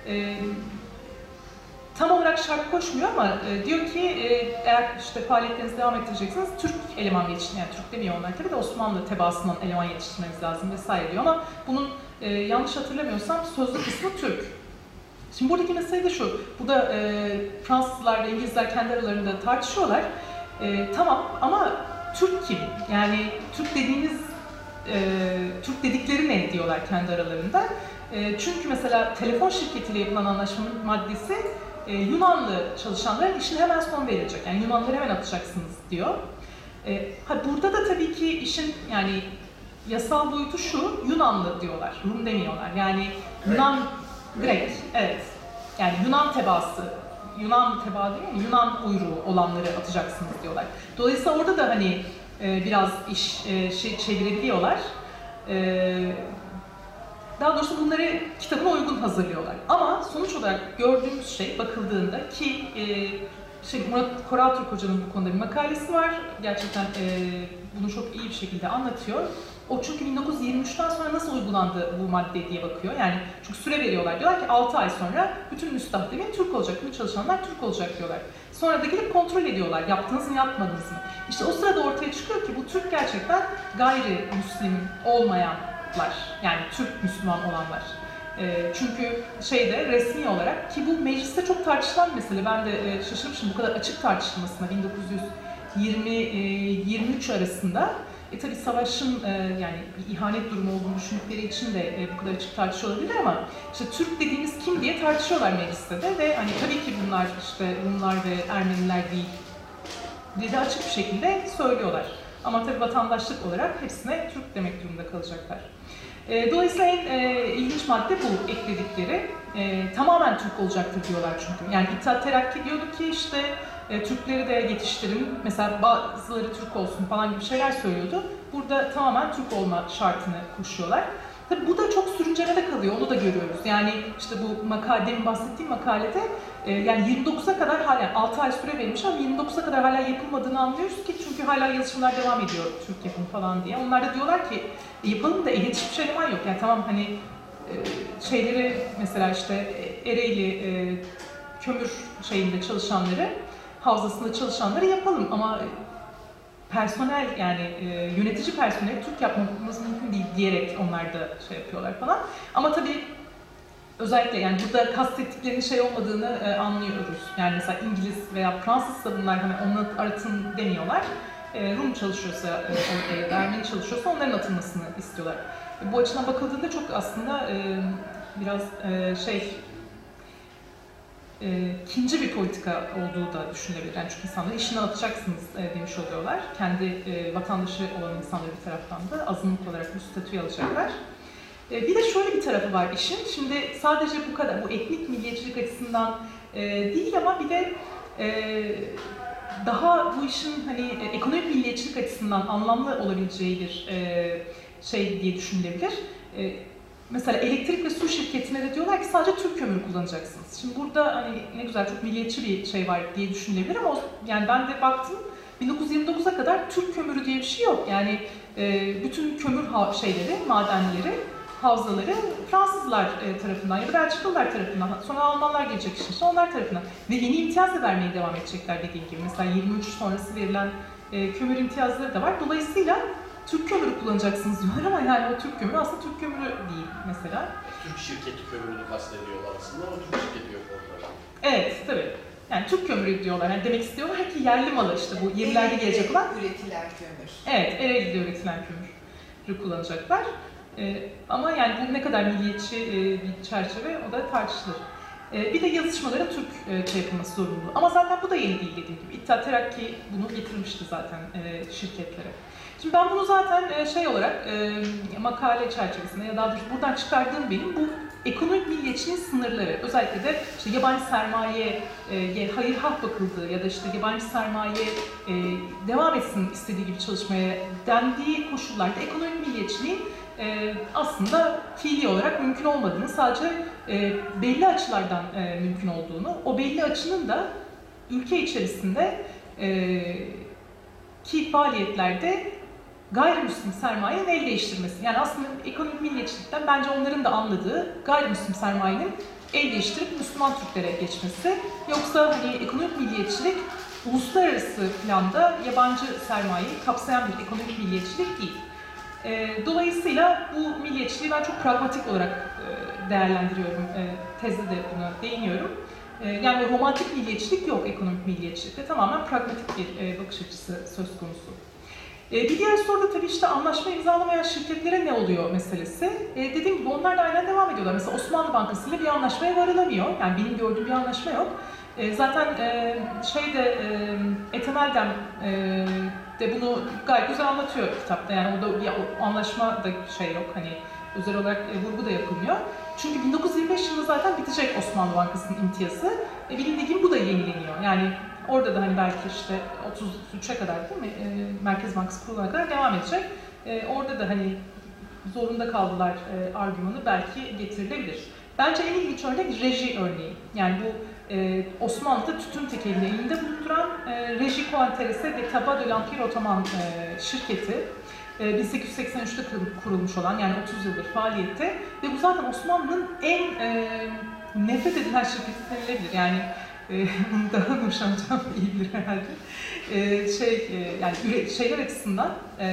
B: tam olarak şart koşmuyor ama diyor ki eğer işte faaliyetlerinizi devam ettireceksiniz Türk eleman yetiştirmeniz, yani Türk demiyor onlar tabii de Osmanlı tebaasından eleman yetiştirmeniz lazım vesaire diyor ama bunun yanlış hatırlamıyorsam sözlü kısmı Türk. Şimdi buradaki mesele de şu, bu da Fransızlar ve İngilizler kendi aralarında tartışıyorlar. Tamam ama Türk kim? Yani Türk dediğiniz, Türk dedikleri ne diyorlar kendi aralarında. Çünkü mesela telefon şirketiyle yapılan anlaşmanın maddesi Yunanlı çalışanların işine hemen son verilecek. Yani Yunanlıları hemen atacaksınız diyor. Burada da tabii ki işin yani yasal boyutu şu, Yunanlı diyorlar, Rum demiyorlar. Yani Yunan, Grek, evet. Yani Yunan tebaası, Yunan tebaa değil mi? Yunan uyruğu olanları atacaksınız diyorlar. Dolayısıyla orada da hani biraz iş çevirebiliyorlar. Daha doğrusu bunları kitabına uygun hazırlıyorlar. Ama sonuç olarak gördüğümüz şey bakıldığında ki Murat Koraltürk Hoca'nın bu konuda bir makalesi var. Gerçekten bunu çok iyi bir şekilde anlatıyor. O çünkü 1923'ten sonra nasıl uygulandı bu madde diye bakıyor. Yani çünkü süre veriyorlar. Diyorlar ki 6 ay sonra bütün müstahdemin Türk olacak, bütün çalışanlar Türk olacak diyorlar. Sonra da gelip kontrol ediyorlar. Yaptınız mı, yapmadınız mı? İşte o sırada ortaya çıkıyor ki bu Türk gerçekten gayrimüslim olmayanlar. Yani Türk Müslüman olanlar. Çünkü resmi olarak ki bu mecliste çok tartışılan bir mesele. Ben de şaşırmışım bu kadar açık tartışılmasına 1920-23 arasında. Tabii savaşın yani bir ihanet durumu olduğunu düşündükleri için de bu kadar açık tartışıyor olabilir ama işte Türk dediğimiz kim diye tartışıyorlar mecliste de ve hani tabii ki bunlar işte Rumlar ve Ermeniler değil diye de açık bir şekilde söylüyorlar. Ama tabii vatandaşlık olarak hepsine Türk demek durumunda kalacaklar. Dolayısıyla en ilginç madde bu ekledikleri. Tamamen Türk olacaktır diyorlar çünkü. Yani İttihat Terakki diyordu ki işte Türkleri de yetiştirin, mesela bazıları Türk olsun falan gibi şeyler söylüyordu. Burada tamamen Türk olma şartını koşuyorlar. Tabii bu da çok sürüncemede kalıyor, onu da görüyoruz. Yani işte bu demin bahsettiğim makalede yani 29'a kadar hala 6 ay süre verilmiş ama 29'a kadar hala yapılmadığını anlıyoruz ki çünkü hala yazışmalar devam ediyor Türk yapımı falan diye. Onlar da diyorlar ki yapalım da hiçbir şey eleman yok. Yani tamam hani şeyleri mesela işte Ereğli kömür şeyinde çalışanları, havzasında çalışanları yapalım ama personel yani yönetici personeli Türk yapmamız mümkün değil diyerek onlar da şey yapıyorlar falan. Ama tabii özellikle yani burada kastettiklerinin şey olmadığını anlıyoruz. Yani mesela İngiliz veya Fransızsa bunlar hani onu aratın demiyorlar. Rum çalışıyorsa ya da Ermeni çalışıyorsa onların atılmasını istiyorlar. Bu açıdan bakıldığında çok aslında biraz ikinci bir politika olduğu da düşünülebilir. Yani çünkü insanları işine atacaksınız demiş oluyorlar. Kendi vatandaşı olan insanları bir taraftan da azınlık olarak bu statüyü alacaklar. Bir de şöyle bir tarafı var işin. Şimdi sadece bu kadar, bu etnik milliyetçilik açısından değil ama bir de daha bu işin hani ekonomik milliyetçilik açısından anlamlı olabileceği bir şey diye düşünülebilir. Mesela elektrik ve su şirketine de diyorlar ki sadece Türk kömürü kullanacaksınız. Şimdi burada hani ne güzel çok milliyetçi bir şey var diye düşünülebilir ama yani ben de baktım 1929'a kadar Türk kömürü diye bir şey yok. Yani bütün kömür madenleri, havzaları Fransızlar tarafından ya da Belçikalılar tarafından, sonra Almanlar gelecek işte onlar tarafından ve yeni imtiyaz da vermeye devam edecekler dediğim gibi. Mesela 23 sonrası verilen kömür imtiyazları da var. Dolayısıyla Türk kömürü kullanacaksınız diyorlar ama yani o Türk kömürü aslında Türk kömürü değil mesela.
C: Türk şirketi kömürünü kastediyorlar aslında ama Türk şirketi yok orada.
B: Evet, tabii. Yani Türk kömürü diyorlar. Yani demek istiyorlar ki yerli malı işte bu 20'lerde gelecek olan.
D: Üretilen kömür.
B: Evet, Ereğli'de üretilen kömürü kullanacaklar. Ama yani bu ne kadar milliyetçi bir çerçeve o da tartışılır. Bir de yazışmalara Türkçe yapılması zorunlu. Ama zaten bu da yeni değil dediğim gibi. İttihat Terakki bunu getirmişti zaten şirketlere. Şimdi ben bunu zaten şey olarak makale çerçevesinde ya daha doğrusu buradan çıkardığım benim bu ekonomik milliyetçiliğin sınırları. Özellikle de işte yabancı sermayeye hayırhah bakıldığı ya da işte yabancı sermaye devam etsin istediği gibi çalışmaya dendiği koşullarda ekonomik milliyetçiliğin aslında fiili olarak mümkün olmadığını, sadece belli açılardan mümkün olduğunu, o belli açının da ülke içerisinde ki faaliyetlerde gayrimüslim sermayenin el değiştirmesi. Yani aslında ekonomik milliyetçilikten bence onların da anladığı gayrimüslim sermayenin el değiştirip Müslüman Türklere geçmesi. Yoksa hani ekonomik milliyetçilik uluslararası planda yabancı sermayeyi kapsayan bir ekonomik milliyetçilik değil. Dolayısıyla bu milliyetçiliği ben çok pragmatik olarak değerlendiriyorum. Tezde de buna değiniyorum. Yani romantik milliyetçilik yok ekonomik milliyetçilikte. Tamamen pragmatik bir bakış açısı söz konusu. Bir diğer soru da tabii işte anlaşma imzalamayan şirketlere ne oluyor meselesi. Dediğim gibi onlar da aynen devam ediyorlar. Mesela Osmanlı Bankası ile bir anlaşmaya varılamıyor. Yani benim gördüğüm bir anlaşma yok. Zaten Ethem Eldem de bunu gayet güzel anlatıyor kitapta. Yani o da o anlaşma da şey yok, hani özel olarak vurgu da yapılmıyor. Çünkü 1925 yılında zaten bitecek Osmanlı Bankası'nın imtiyazı. Bilindiği gibi bu da yenileniyor. Yani orada da hani belki işte 33'e kadar değil mi? Merkez Bankası kurulana kadar devam edecek. Orada da hani zorunda kaldılar argümanı belki getirilebilir. Bence en ilginç örnek reji örneği. Yani bu Osmanlı'da tütün tekelini elinde bulunduran Régie Cointéressée des Tabacs de l'Empire Ottoman şirketi. 1883'te kurulmuş olan, yani 30 yıldır faaliyette ve bu zaten Osmanlı'nın en nefret edilen şirketi denilebilir. Yani bunu daha Nurşan Hocam iyi bilir herhalde. Yani şeyler açısından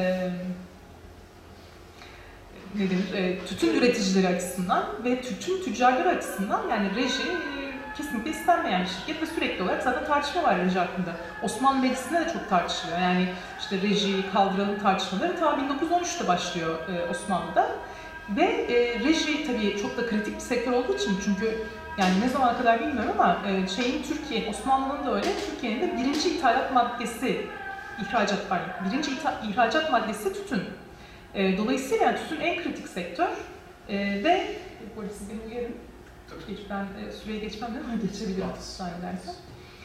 B: ne denir? Tütün üreticileri açısından ve tütün tüccarları açısından yani reji kesinlikle istenmeyen bir şirket ve sürekli olarak zaten tartışma var reji hakkında. Osmanlı Meclisi'nde de çok tartışılıyor. Yani işte rejiyi kaldıralım tartışmaları ta 1913'te başlıyor Osmanlı'da. Ve reji tabii çok da kritik bir sektör olduğu için, çünkü yani ne zamana kadar bilmiyorum ama Osmanlı'nın da öyle, Türkiye'nin de birinci ithalat maddesi, birinci ihracat maddesi tütün. Dolayısıyla yani tütün en kritik sektör ve bu arada siz beni uyarın. Ben süreyi geçmem değil mi? Geçebilirim zannedersem.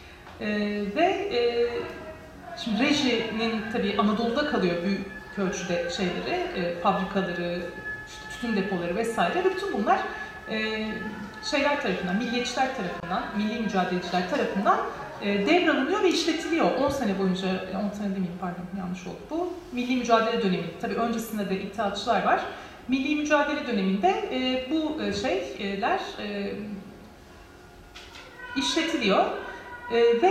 B: Şimdi rejinin tabii Anadolu'da kalıyor büyük ölçüde fabrikaları, işte tütün depoları vesaire ve bütün bunlar şeyler tarafından, milliyetçiler tarafından, milli mücadeleciler tarafından devralınıyor ve işletiliyor. 10 sene boyunca, 10 sene demeyeyim pardon yanlış oldu bu. Milli mücadele dönemi, tabii öncesinde de ittihatçılar var. Milli mücadele döneminde bu şeyler işletiliyor ve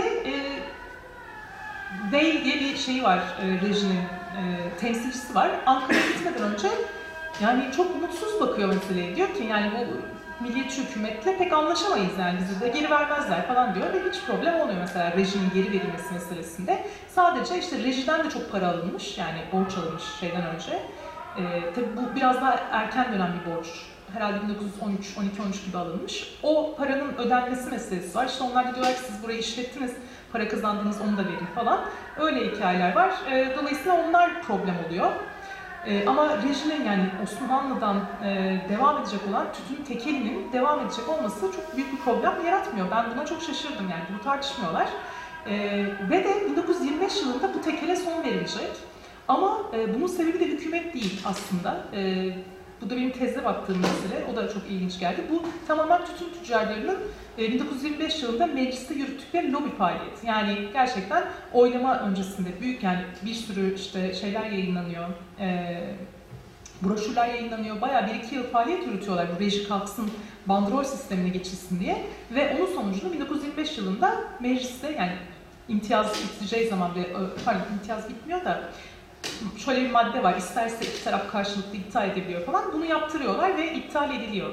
B: Bey diye bir şeyi var, rejinin temsilcisi var. Ankara'ya gitmeden önce yani çok umutsuz bakıyor meseleye, diyor ki yani bu milliyetçi hükümetle pek anlaşamayız, yani bizi de geri vermezler falan diyor ve hiç problem olmuyor mesela rejinin geri verilmesi meselesinde. Sadece işte rejiden de çok para alınmış, yani borç alınmış şeyden önce. Tabii bu biraz daha erken dönem bir borç. Herhalde 1913 gibi alınmış. O paranın ödenmesi meselesi var. İşte onlar da diyorlar ki siz burayı işlettiniz, para kazandınız, onu da verin falan. Öyle hikayeler var. Dolayısıyla onlar problem oluyor. Ama rejinin, yani Osmanlı'dan devam edecek olan tütün tekelinin devam edecek olması çok büyük bir problem yaratmıyor. Ben buna çok şaşırdım, yani bunu tartışmıyorlar. Ve de 1925 yılında bu tekele son verilecek. Ama bunun sebebi de hükümet değil aslında. Bu da benim tezde baktığım mesele, o da çok ilginç geldi. Bu tamamen tütün tüccarlarının 1925 yılında mecliste yürüttükleri lobi faaliyeti. Yani gerçekten oylama öncesinde büyük, yani bir sürü işte şeyler yayınlanıyor, broşürler yayınlanıyor. Bayağı 1-2 yıl faaliyet yürütüyorlar bu reji kalksın, bandrol sistemine geçilsin diye. Ve onun sonucunu 1925 yılında mecliste, yani imtiyaz biteceği zaman, imtiyaz bitmiyor da şöyle bir madde var, isterse iki taraf karşılıklı iptal edebiliyor falan. Bunu yaptırıyorlar ve iptal ediliyor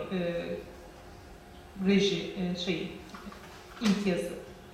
B: reji imtiyazı.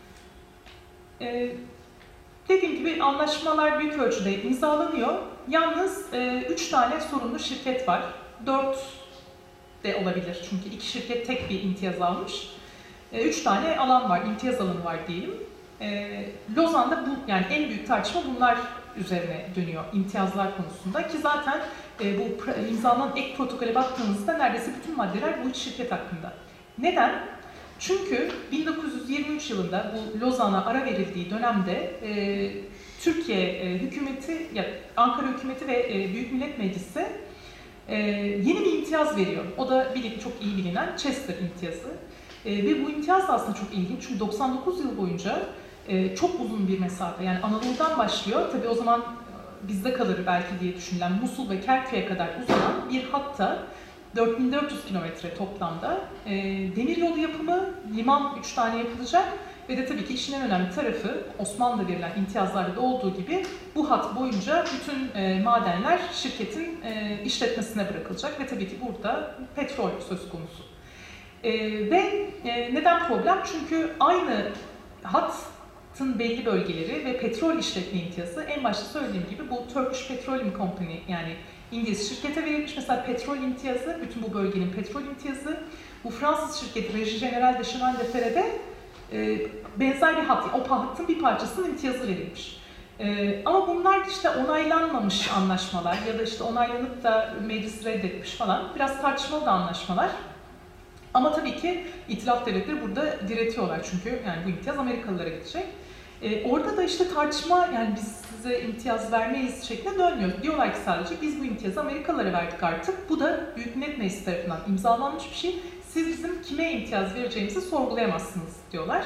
B: Dediğim gibi anlaşmalar büyük ölçüde imzalanıyor. Yalnız 3 tane sorunlu şirket var. 4 de olabilir çünkü 2 şirket tek bir imtiyaz almış. 3 tane alan var, imtiyaz alanı var diyelim. Lozan'da bu, yani en büyük tartışma bunlar üzerine dönüyor, imtiyazlar konusunda ki zaten bu imzalanan ek protokole baktığımızda neredeyse bütün maddeler bu 3 şirket hakkında. Neden? Çünkü 1923 yılında bu Lozan'a ara verildiği dönemde Türkiye hükümeti, ya Ankara hükümeti ve Büyük Millet Meclisi yeni bir imtiyaz veriyor. O da çok iyi bilinen Chester imtiyazı. Ve bu imtiyaz da aslında çok ilginç çünkü 99 yıl boyunca çok uzun bir mesafe, yani Anadolu'dan başlıyor, tabii o zaman bizde kalır belki diye düşünülen Musul ve Kerkük'e kadar uzanan bir hatta 4400 kilometre toplamda demiryolu yapımı, liman 3 tane yapılacak ve de tabii ki işin en önemli tarafı Osmanlı'da verilen imtiyazlarda da olduğu gibi bu hat boyunca bütün madenler şirketin işletmesine bırakılacak ve tabii ki burada petrol söz konusu. Neden problem? Çünkü aynı hat pahtın belli bölgeleri ve petrol işletme imtiyazı en başta söylediğim gibi bu Turkish Petroleum Company yani İngiliz şirkete verilmiş mesela petrol imtiyazı, bütün bu bölgenin petrol imtiyazı. Bu Fransız şirketi Régie Générale des Chemins de Fer'e benzer bir hat, o pahtın bir parçasının imtiyazı verilmiş. Ama bunlar işte onaylanmamış anlaşmalar ya da işte onaylanıp da meclis reddetmiş falan. Biraz tartışmalı da anlaşmalar. Ama tabii ki İtilaf devletleri burada diretiyorlar çünkü yani bu imtiyaz Amerikalılara gidecek. Orada da işte tartışma yani biz size imtiyaz vermeyiz şeklinde dönmüyor. Diyorlar ki sadece biz bu imtiyazı Amerikalılara verdik artık. Bu da Büyük Millet Meclisi tarafından imzalanmış bir şey. Siz bizim kime imtiyaz vereceğimizi sorgulayamazsınız diyorlar.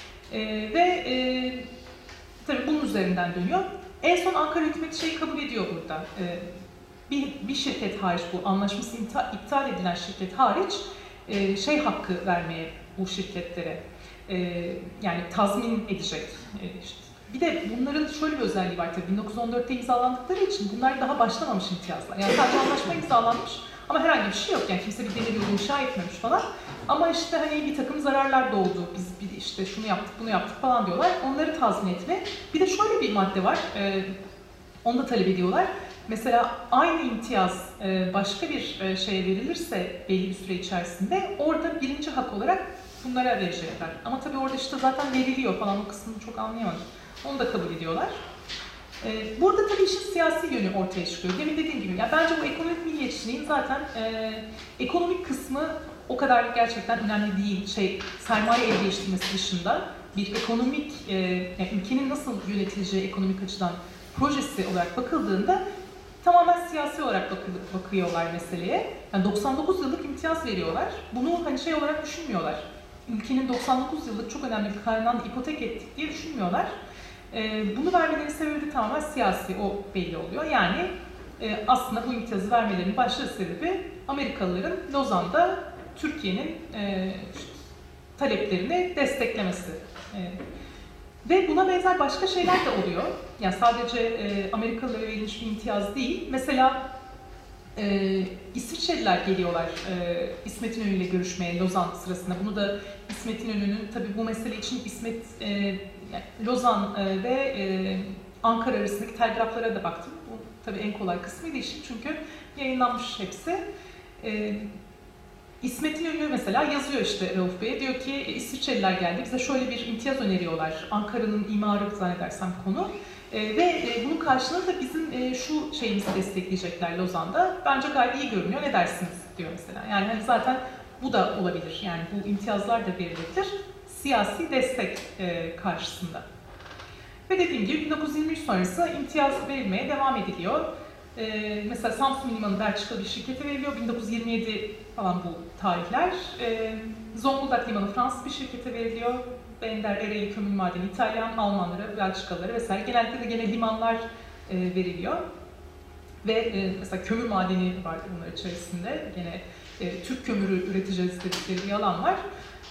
B: Tabii bunun üzerinden dönüyor. En son Ankara hükümeti şeyi kabul ediyor burada. Bir şirket hariç bu anlaşması iptal edilen şirket hariç şey hakkı vermeye bu şirketlere yani tazmin edecek. İşte. Bir de bunların şöyle bir özelliği var tabii 1914'te imzalandıkları için bunlar daha başlamamış imtiyazlar. Yani sadece anlaşma imzalanmış ama herhangi bir şey yok. Yani kimse bir demir yolu inşa etmemiş falan. Ama işte hani bir takım zararlar doğdu. Biz işte şunu yaptık, bunu yaptık falan diyorlar. Onları tazmin etme. Bir de şöyle bir madde var. Onu da talep ediyorlar. Mesela aynı imtiyaz başka bir şeye verilirse belli bir süre içerisinde orada birinci hak olarak bunlara verecekler. Ama tabii orada işte zaten veriliyor falan o kısmını çok anlayamadım. Onu da kabul ediyorlar. Burada tabii işin siyasi yönü ortaya çıkıyor. Demin dediğim gibi yani bence bu ekonomik milliyetçiliğin zaten ekonomik kısmı o kadar gerçekten önemli değil. Sermaye el değiştirmesi dışında bir ekonomik, yani ülkenin nasıl yönetileceği ekonomik açıdan projesi olarak bakıldığında tamamen siyasi olarak bakıyorlar meseleye. Yani 99 yıllık imtiyaz veriyorlar. Bunu hani şey olarak düşünmüyorlar. Ülkenin 99 yıllık çok önemli bir kaynağını ipotek ettik diye düşünmüyorlar. Bunu vermelerinin sebebi de tamamen siyasi, o belli oluyor. Yani aslında bu imtiyazı vermelerinin başlıca sebebi Amerikalıların Lozan'da Türkiye'nin taleplerini desteklemesi. Ve buna benzer başka şeyler de oluyor. Yani sadece Amerikalılara verilmiş bir imtiyaz değil. Mesela İsviçreliler geliyorlar İsmet İnönü ile görüşmeye Lozan sırasında. Bunu da İsmet İnönü'nün tabii bu mesele için yani Lozan ve Ankara arasındaki telgraflara da baktım. Bu tabii en kolay kısmıydı işin çünkü yayınlanmış hepsi. İsmet İnönü mesela yazıyor işte Rauf Bey'e, diyor ki İsviçreliler geldi, bize şöyle bir imtiyaz öneriyorlar. Ankara'nın imarı zannedersem konu. Ve bunun karşılığında da bizim şu şeyimizi destekleyecekler Lozan'da. Bence gayet iyi görünüyor, ne dersiniz diyor mesela. Yani hani zaten bu da olabilir. Yani bu imtiyazlar da verilebilir. Siyasi destek karşısında. Ve dediğim gibi 1923 sonrası imtiyaz verilmeye devam ediliyor. Mesela Samsun Limanı Belçikalı bir şirkete veriliyor. 1927 falan bu tarihler. Zonguldak Limanı Fransız bir şirkete veriliyor. Bender, Ereğli Kömür Madeni İtalyan, Almanlara, Belçikalılara vesaire. Genellikle de gene limanlar veriliyor. Ve mesela kömür madeni var bunlar içerisinde. Gene Türk kömürü üreteceğiz dedikleri bir alan var.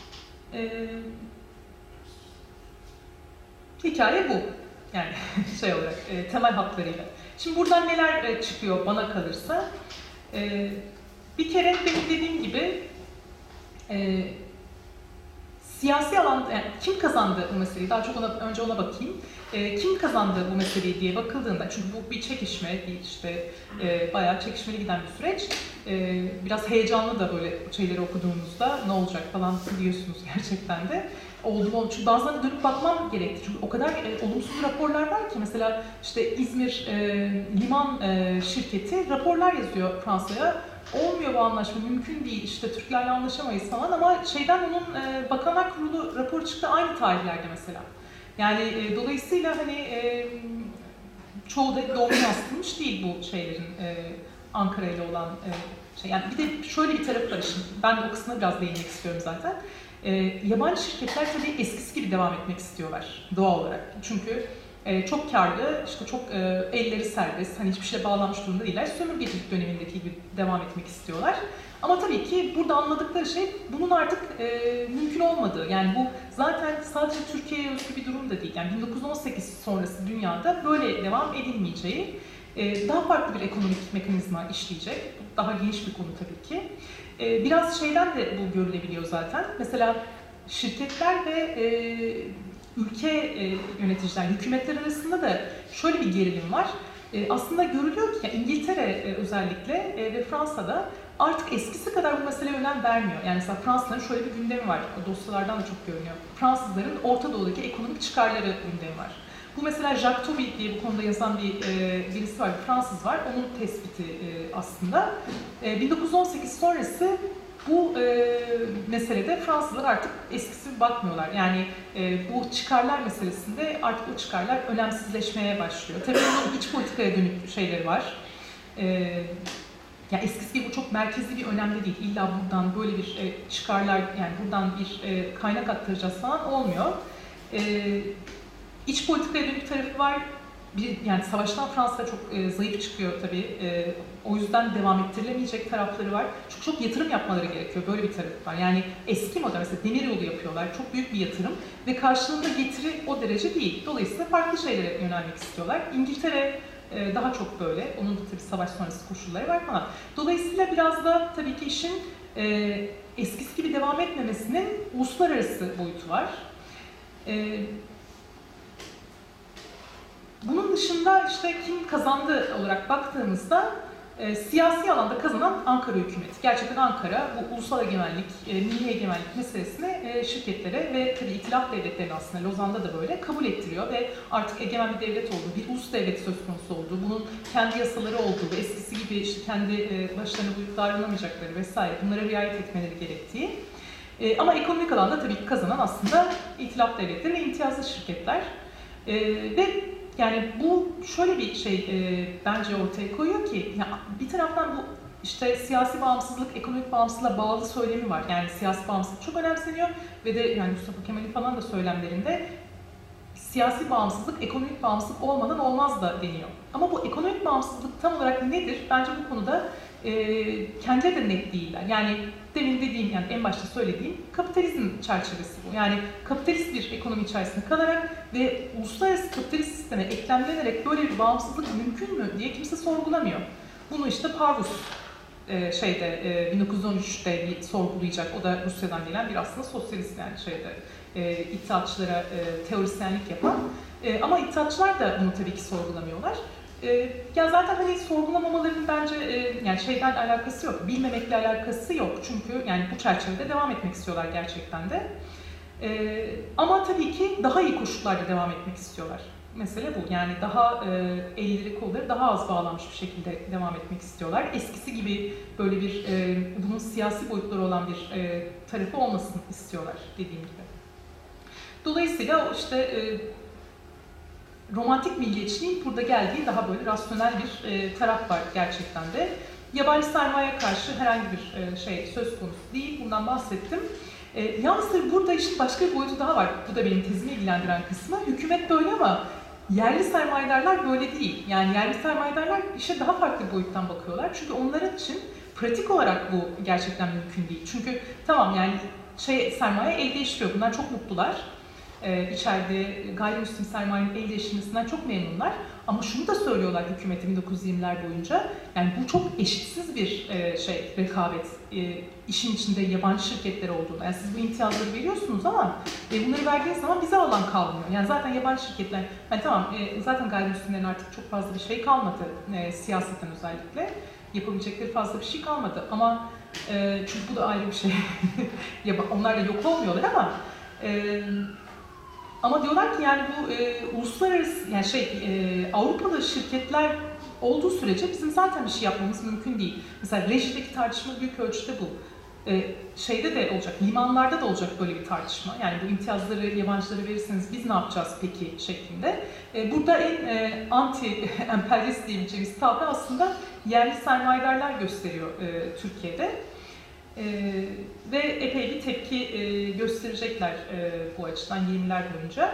B: Hikaye bu. Yani şey olarak temel hatlarıyla. Şimdi buradan neler çıkıyor bana kalırsa? Bir kere benim dediğim gibi siyasi alanda yani kim kazandı bu meseleyi? Daha çok önce ona bakayım. Kim kazandı bu meseleyi diye bakıldığında, çünkü bu bir çekişme, işte bayağı çekişmeli giden bir süreç. Biraz heyecanlı da böyle şeyleri okuduğunuzda ne olacak falan diyorsunuz gerçekten de. Oldu. Çünkü bazen dönüp bakmam gerekti. Çünkü o kadar olumsuz raporlar var ki mesela işte İzmir liman şirketi raporlar yazıyor Fransa'ya. Olmuyor bu anlaşma, mümkün değil, işte Türklerle anlaşamayız falan ama onun Bakanlar Kurulu raporu çıktı aynı tarihlerde mesela. Yani dolayısıyla hani çoğu da doğru yansıtılmış değil bu şeylerin Ankara ile olan şey. Yani bir de şöyle bir tarafı var işin, ben de o kısmına biraz değinmek istiyorum zaten. Yabancı şirketler tabii eskisi gibi devam etmek istiyorlar doğal olarak. Çünkü çok karlı, işte çok elleri serbest, hani hiçbir şeye bağlanmış durumda değiller. Sömürgecilik dönemindeki gibi devam etmek istiyorlar. Ama tabii ki burada anladıkları şey bunun artık mümkün olmadığı. Yani bu zaten sadece Türkiye'ye özgü bir durum da değil. Yani 1918 sonrası dünyada böyle devam edilmeyeceği, daha farklı bir ekonomik mekanizma işleyecek. Daha geniş bir konu tabii ki. Biraz şeyden de bu görülebiliyor zaten. Mesela şirketler ve ülke yöneticiler, hükümetler arasında da şöyle bir gerilim var. Aslında görülüyor ki İngiltere özellikle ve Fransa'da artık eskisi kadar bu meseleye önem vermiyor. Yani mesela Fransızların şöyle bir gündemi var, o dosyalardan da çok görünüyor. Fransızların Orta Doğu'daki ekonomik çıkarları gündemi var. Bu mesela Jacques Tobit diye bu konuda yazan birisi var, bir Fransız var. Onun tespiti aslında. 1918 sonrası bu meselede Fransızlar artık eskisi gibi bakmıyorlar. Yani bu çıkarlar meselesinde artık o çıkarlar önemsizleşmeye başlıyor. Tabii onun iç politikaya dönük şeyleri var. Yani eskisi gibi bu çok merkezli bir önemli değil. İlla buradan böyle bir çıkarlar, yani buradan bir kaynak aktaracağız falan olmuyor. İç politikaya dönük tarafı var. Yani savaştan Fransa çok zayıf çıkıyor tabii. O yüzden devam ettirilemeyecek tarafları var. Çok yatırım yapmaları gerekiyor. Böyle bir tarafı var. Yani eski model mesela demiryolu yapıyorlar. Çok büyük bir yatırım ve karşılığında getiri o derece değil. Dolayısıyla farklı şeylere yönelmek istiyorlar. İngiltere daha çok böyle. Onun da tabii savaş sonrası koşulları var falan. Dolayısıyla biraz da tabii ki işin eskisi gibi devam etmemesinin uluslararası boyutu var. Bunun dışında işte kim kazandı olarak baktığımızda siyasi alanda kazanan Ankara hükümeti. Gerçekten Ankara bu ulusal egemenlik, milli egemenlik meselesini şirketlere ve tabii itilaf devletlerine aslında Lozan'da da böyle kabul ettiriyor ve artık egemen bir devlet olduğu, bir ulus devlet söz konusu olduğu, bunun kendi yasaları olduğu, eskisi gibi işte kendi başlarına buyruk davranılmayacakları vesaire bunlara riayet etmeleri gerektiği. Ama ekonomik alanda tabii ki kazanan aslında itilaf devletleri ve imtiyazlı şirketler. Ve yani bu şöyle bir şey bence ortaya koyuyor ki ya bir taraftan bu işte siyasi bağımsızlık, ekonomik bağımsızlığa bağlı söylemi var. Yani siyasi bağımsızlık çok önemseniyor ve de yani Mustafa Kemal'in falan da söylemlerinde siyasi bağımsızlık, ekonomik bağımsızlık olmadan olmaz da deniyor. Ama bu ekonomik bağımsızlık tam olarak nedir? Bence bu konuda kendileri de net değiller. Yani demin dediğim, yani en başta söylediğim kapitalizm çerçevesi bu. Yani kapitalist bir ekonomi içerisinde kalarak ve uluslararası kapitalist sisteme eklemlenerek böyle bir bağımsızlık mümkün mü diye kimse sorgulamıyor. Bunu işte Parvus 1913'te bir sorgulayacak. O da Rusya'dan gelen bir aslında sosyalist, yani İttihatçılara teorisyenlik yapan. Ama İttihatçılar da bunu tabii ki sorgulamıyorlar. Ya zaten hani sorgulamamalarının bence yani şeyden alakası yok, bilmemekle alakası yok. Çünkü yani bu çerçevede devam etmek istiyorlar gerçekten de. Ama tabii ki daha iyi koşullarda devam etmek istiyorlar. Mesele bu. Yani daha elleri kolları daha az bağlanmış bir şekilde devam etmek istiyorlar. Eskisi gibi böyle bir bunun siyasi boyutları olan bir tarafı olmasın istiyorlar dediğim gibi. Dolayısıyla işte romantik milliyetçiliğin burada geldiği daha böyle rasyonel bir taraf var gerçekten de. Yabancı sermayeye karşı herhangi bir şey söz konusu değil. Bundan bahsettim. Yalnız tabii burada işin başka bir boyutu daha var. Bu da benim tezimi ilgilendiren kısmı. Hükümet böyle ama yerli sermayedarlar böyle değil. Yani yerli sermayedarlar işe daha farklı bir boyuttan bakıyorlar. Çünkü onlar için pratik olarak bu gerçekten mümkün değil. Çünkü tamam yani sermaye el değiştiriyor. Bunlar çok mutlular. İçeride gayrimüslim sermayenin el değiştirmesinden çok memnunlar. Ama şunu da söylüyorlar hükümete 1920'ler boyunca, yani bu çok eşitsiz bir rekabet. İşin içinde yabancı şirketler olduğunu. Yani siz bu imtiyazları veriyorsunuz ama bunları verdiğiniz zaman bize alan kalmıyor. Yani zaten yabancı şirketler, yani tamam zaten gayrimüslimlerin artık çok fazla bir şey kalmadı siyaseten özellikle. Yapabilecekleri fazla bir şey kalmadı ama çünkü bu da ayrı bir şey. Onlar da yok olmuyorlar ama diyorlar ki yani bu uluslararası, yani Avrupalı şirketler olduğu sürece bizim zaten bir şey yapmamız mümkün değil. Mesela rejideki tartışma büyük ölçüde bu. Şeyde de olacak, limanlarda da olacak böyle bir tartışma. Yani bu imtiyazları yabancılara verirseniz biz ne yapacağız peki şeklinde. Burada en anti-emperyalist diyebileceğimiz tavrı aslında yerli sermayedarlar gösteriyor Türkiye'de. Ve epey bir tepki gösterecekler bu açıdan 20'ler boyunca.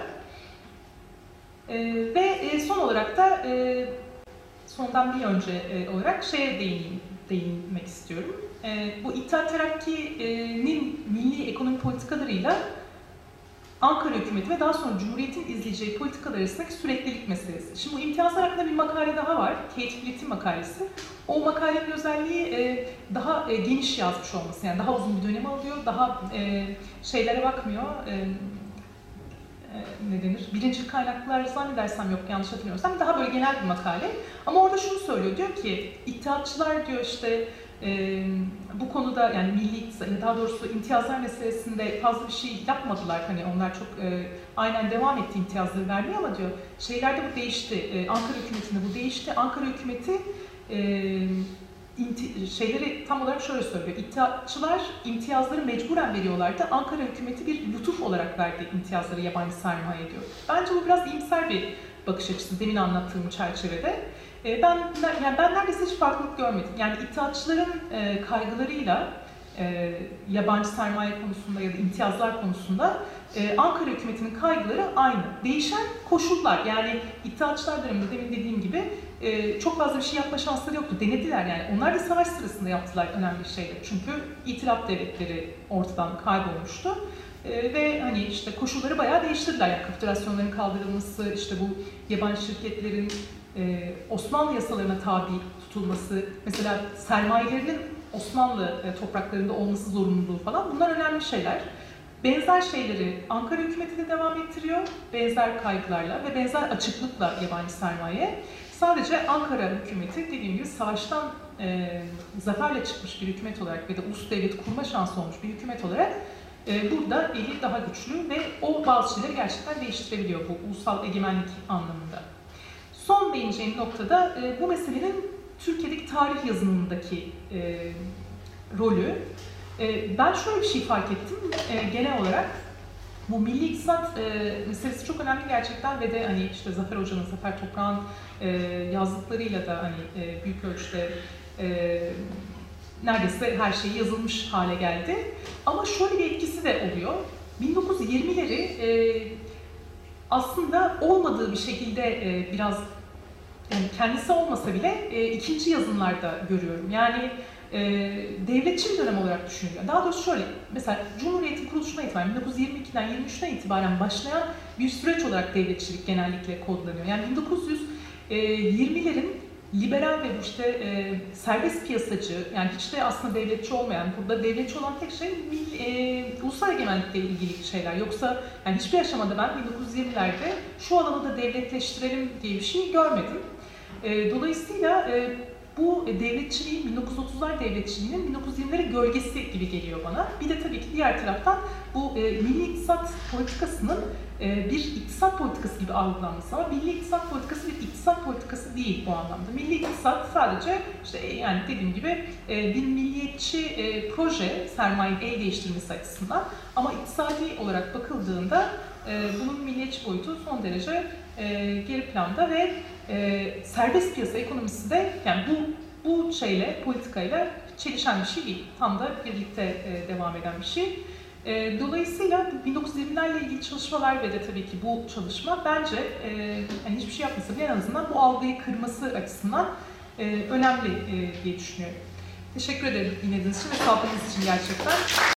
B: Ve son olarak da sondan bir önce olarak değinmek istiyorum. Bu İttihat Terakki'nin milli ekonomi politikalarıyla Ankara hükümeti ve daha sonra Cumhuriyet'in izleyeceği politikalar arasındaki süreklilik meselesi. Şimdi bu imtiyazlar hakkında bir makale daha var, Kate Fleet'in makalesi. O makalenin özelliği daha geniş yazmış olması, yani daha uzun bir dönem alıyor, daha şeylere bakmıyor, ne denir? Birincil kaynaklar zannedersem yok, yanlış hatırlamıyorsam daha böyle genel bir makale. Ama orada şunu söylüyor, diyor ki İttihatçılar diyor işte bu konuda yani daha doğrusu imtiyazlar meselesinde fazla bir şey yapmadılar. Hani onlar çok aynen devam etti imtiyazları vermeye ama diyor şeylerde bu değişti. Ankara hükümetinde bu değişti. Ankara hükümeti şeyleri tam olarak şöyle söylüyor. İttihatçılar imtiyazları mecburen veriyorlardı. Ankara hükümeti bir lütuf olarak verdi imtiyazları yabancı sermaye diyor. Bence bu biraz iyimser bir bakış açısı demin anlattığım çerçevede. Ben neredeyse hiç farklılık görmedim. Yani İttihatçıların kaygılarıyla yabancı sermaye konusunda ya da imtiyazlar konusunda Ankara hükümetinin kaygıları aynı. Değişen koşullar, yani İttihatçılar döneminde demin dediğim gibi çok fazla bir şey yapma şansları yoktu. Denediler yani. Onlar da savaş sırasında yaptılar önemli şeyler. Çünkü itilaf devletleri ortadan kaybolmuştu. Ve hani işte koşulları bayağı değiştirdiler. Yani kapitülasyonların kaldırılması, işte bu yabancı şirketlerin Osmanlı yasalarına tabi tutulması, mesela sermayelerinin Osmanlı topraklarında olması zorunluluğu falan, bunlar önemli şeyler. Benzer şeyleri Ankara hükümeti de devam ettiriyor, benzer kaygılarla ve benzer açıklıkla yabancı sermaye. Sadece Ankara hükümeti dediğim gibi savaştan zaferle çıkmış bir hükümet olarak ve de ulus devlet kurma şansı olmuş bir hükümet olarak burada eli daha güçlü ve o bazı şeyleri gerçekten değiştirebiliyor bu ulusal egemenlik anlamında. Son değineceğim noktada bu meselenin Türkiye'deki tarih yazımındaki rolü. Ben şöyle bir şey fark ettim genel olarak. Bu milli iktisat meselesi çok önemli gerçekten ve de hani işte Zafer Hoca'nın, Zafer Toprak'ın yazdıklarıyla da hani büyük ölçüde neredeyse her şey yazılmış hale geldi. Ama şöyle bir etkisi de oluyor. 1920'leri aslında olmadığı bir şekilde biraz, yani kendisi olmasa bile ikinci yazımlarda görüyorum. Yani devletçi bir dönem olarak düşünülüyor. Daha doğrusu şöyle, mesela Cumhuriyet'in kuruluşuna itibaren 1922'den 23'ten itibaren başlayan bir süreç olarak devletçilik genellikle kodlanıyor. Yani 1920'lerin liberal ve işte serbest piyasacı, yani hiç de aslında devletçi olmayan, burada devletçi olan tek şey ulusal egemenlikle ilgili şeyler. Yoksa yani hiçbir aşamada ben 1920'lerde şu alanı da devletleştirelim diye bir şey görmedim. Dolayısıyla bu devletçiliğin, 1930'lar devletçiliğinin 1920'lere gölgesi gibi geliyor bana. Bir de tabii ki diğer taraftan bu milli iktisat politikasının bir iktisat politikası gibi algılanması, ama milli iktisat politikası bir iktisat politikası değil bu anlamda. Milli iktisat sadece işte yani dediğim gibi bir milliyetçi proje, sermayenin el değiştirmesi açısından, ama iktisadi olarak bakıldığında bunun milliyetçi boyutu son derece geri planda ve serbest piyasa ekonomisi de yani bu şeyle, politikayla çelişen bir şey değil. Tam da birlikte devam eden bir şey. Dolayısıyla 1920'lerle ilgili çalışmalar ve de tabii ki bu çalışma bence yani hiçbir şey yapmasa bile en azından bu algıyı kırması açısından önemli diye düşünüyorum. Teşekkür ederim dinlediğiniz için ve sabrınız için gerçekten.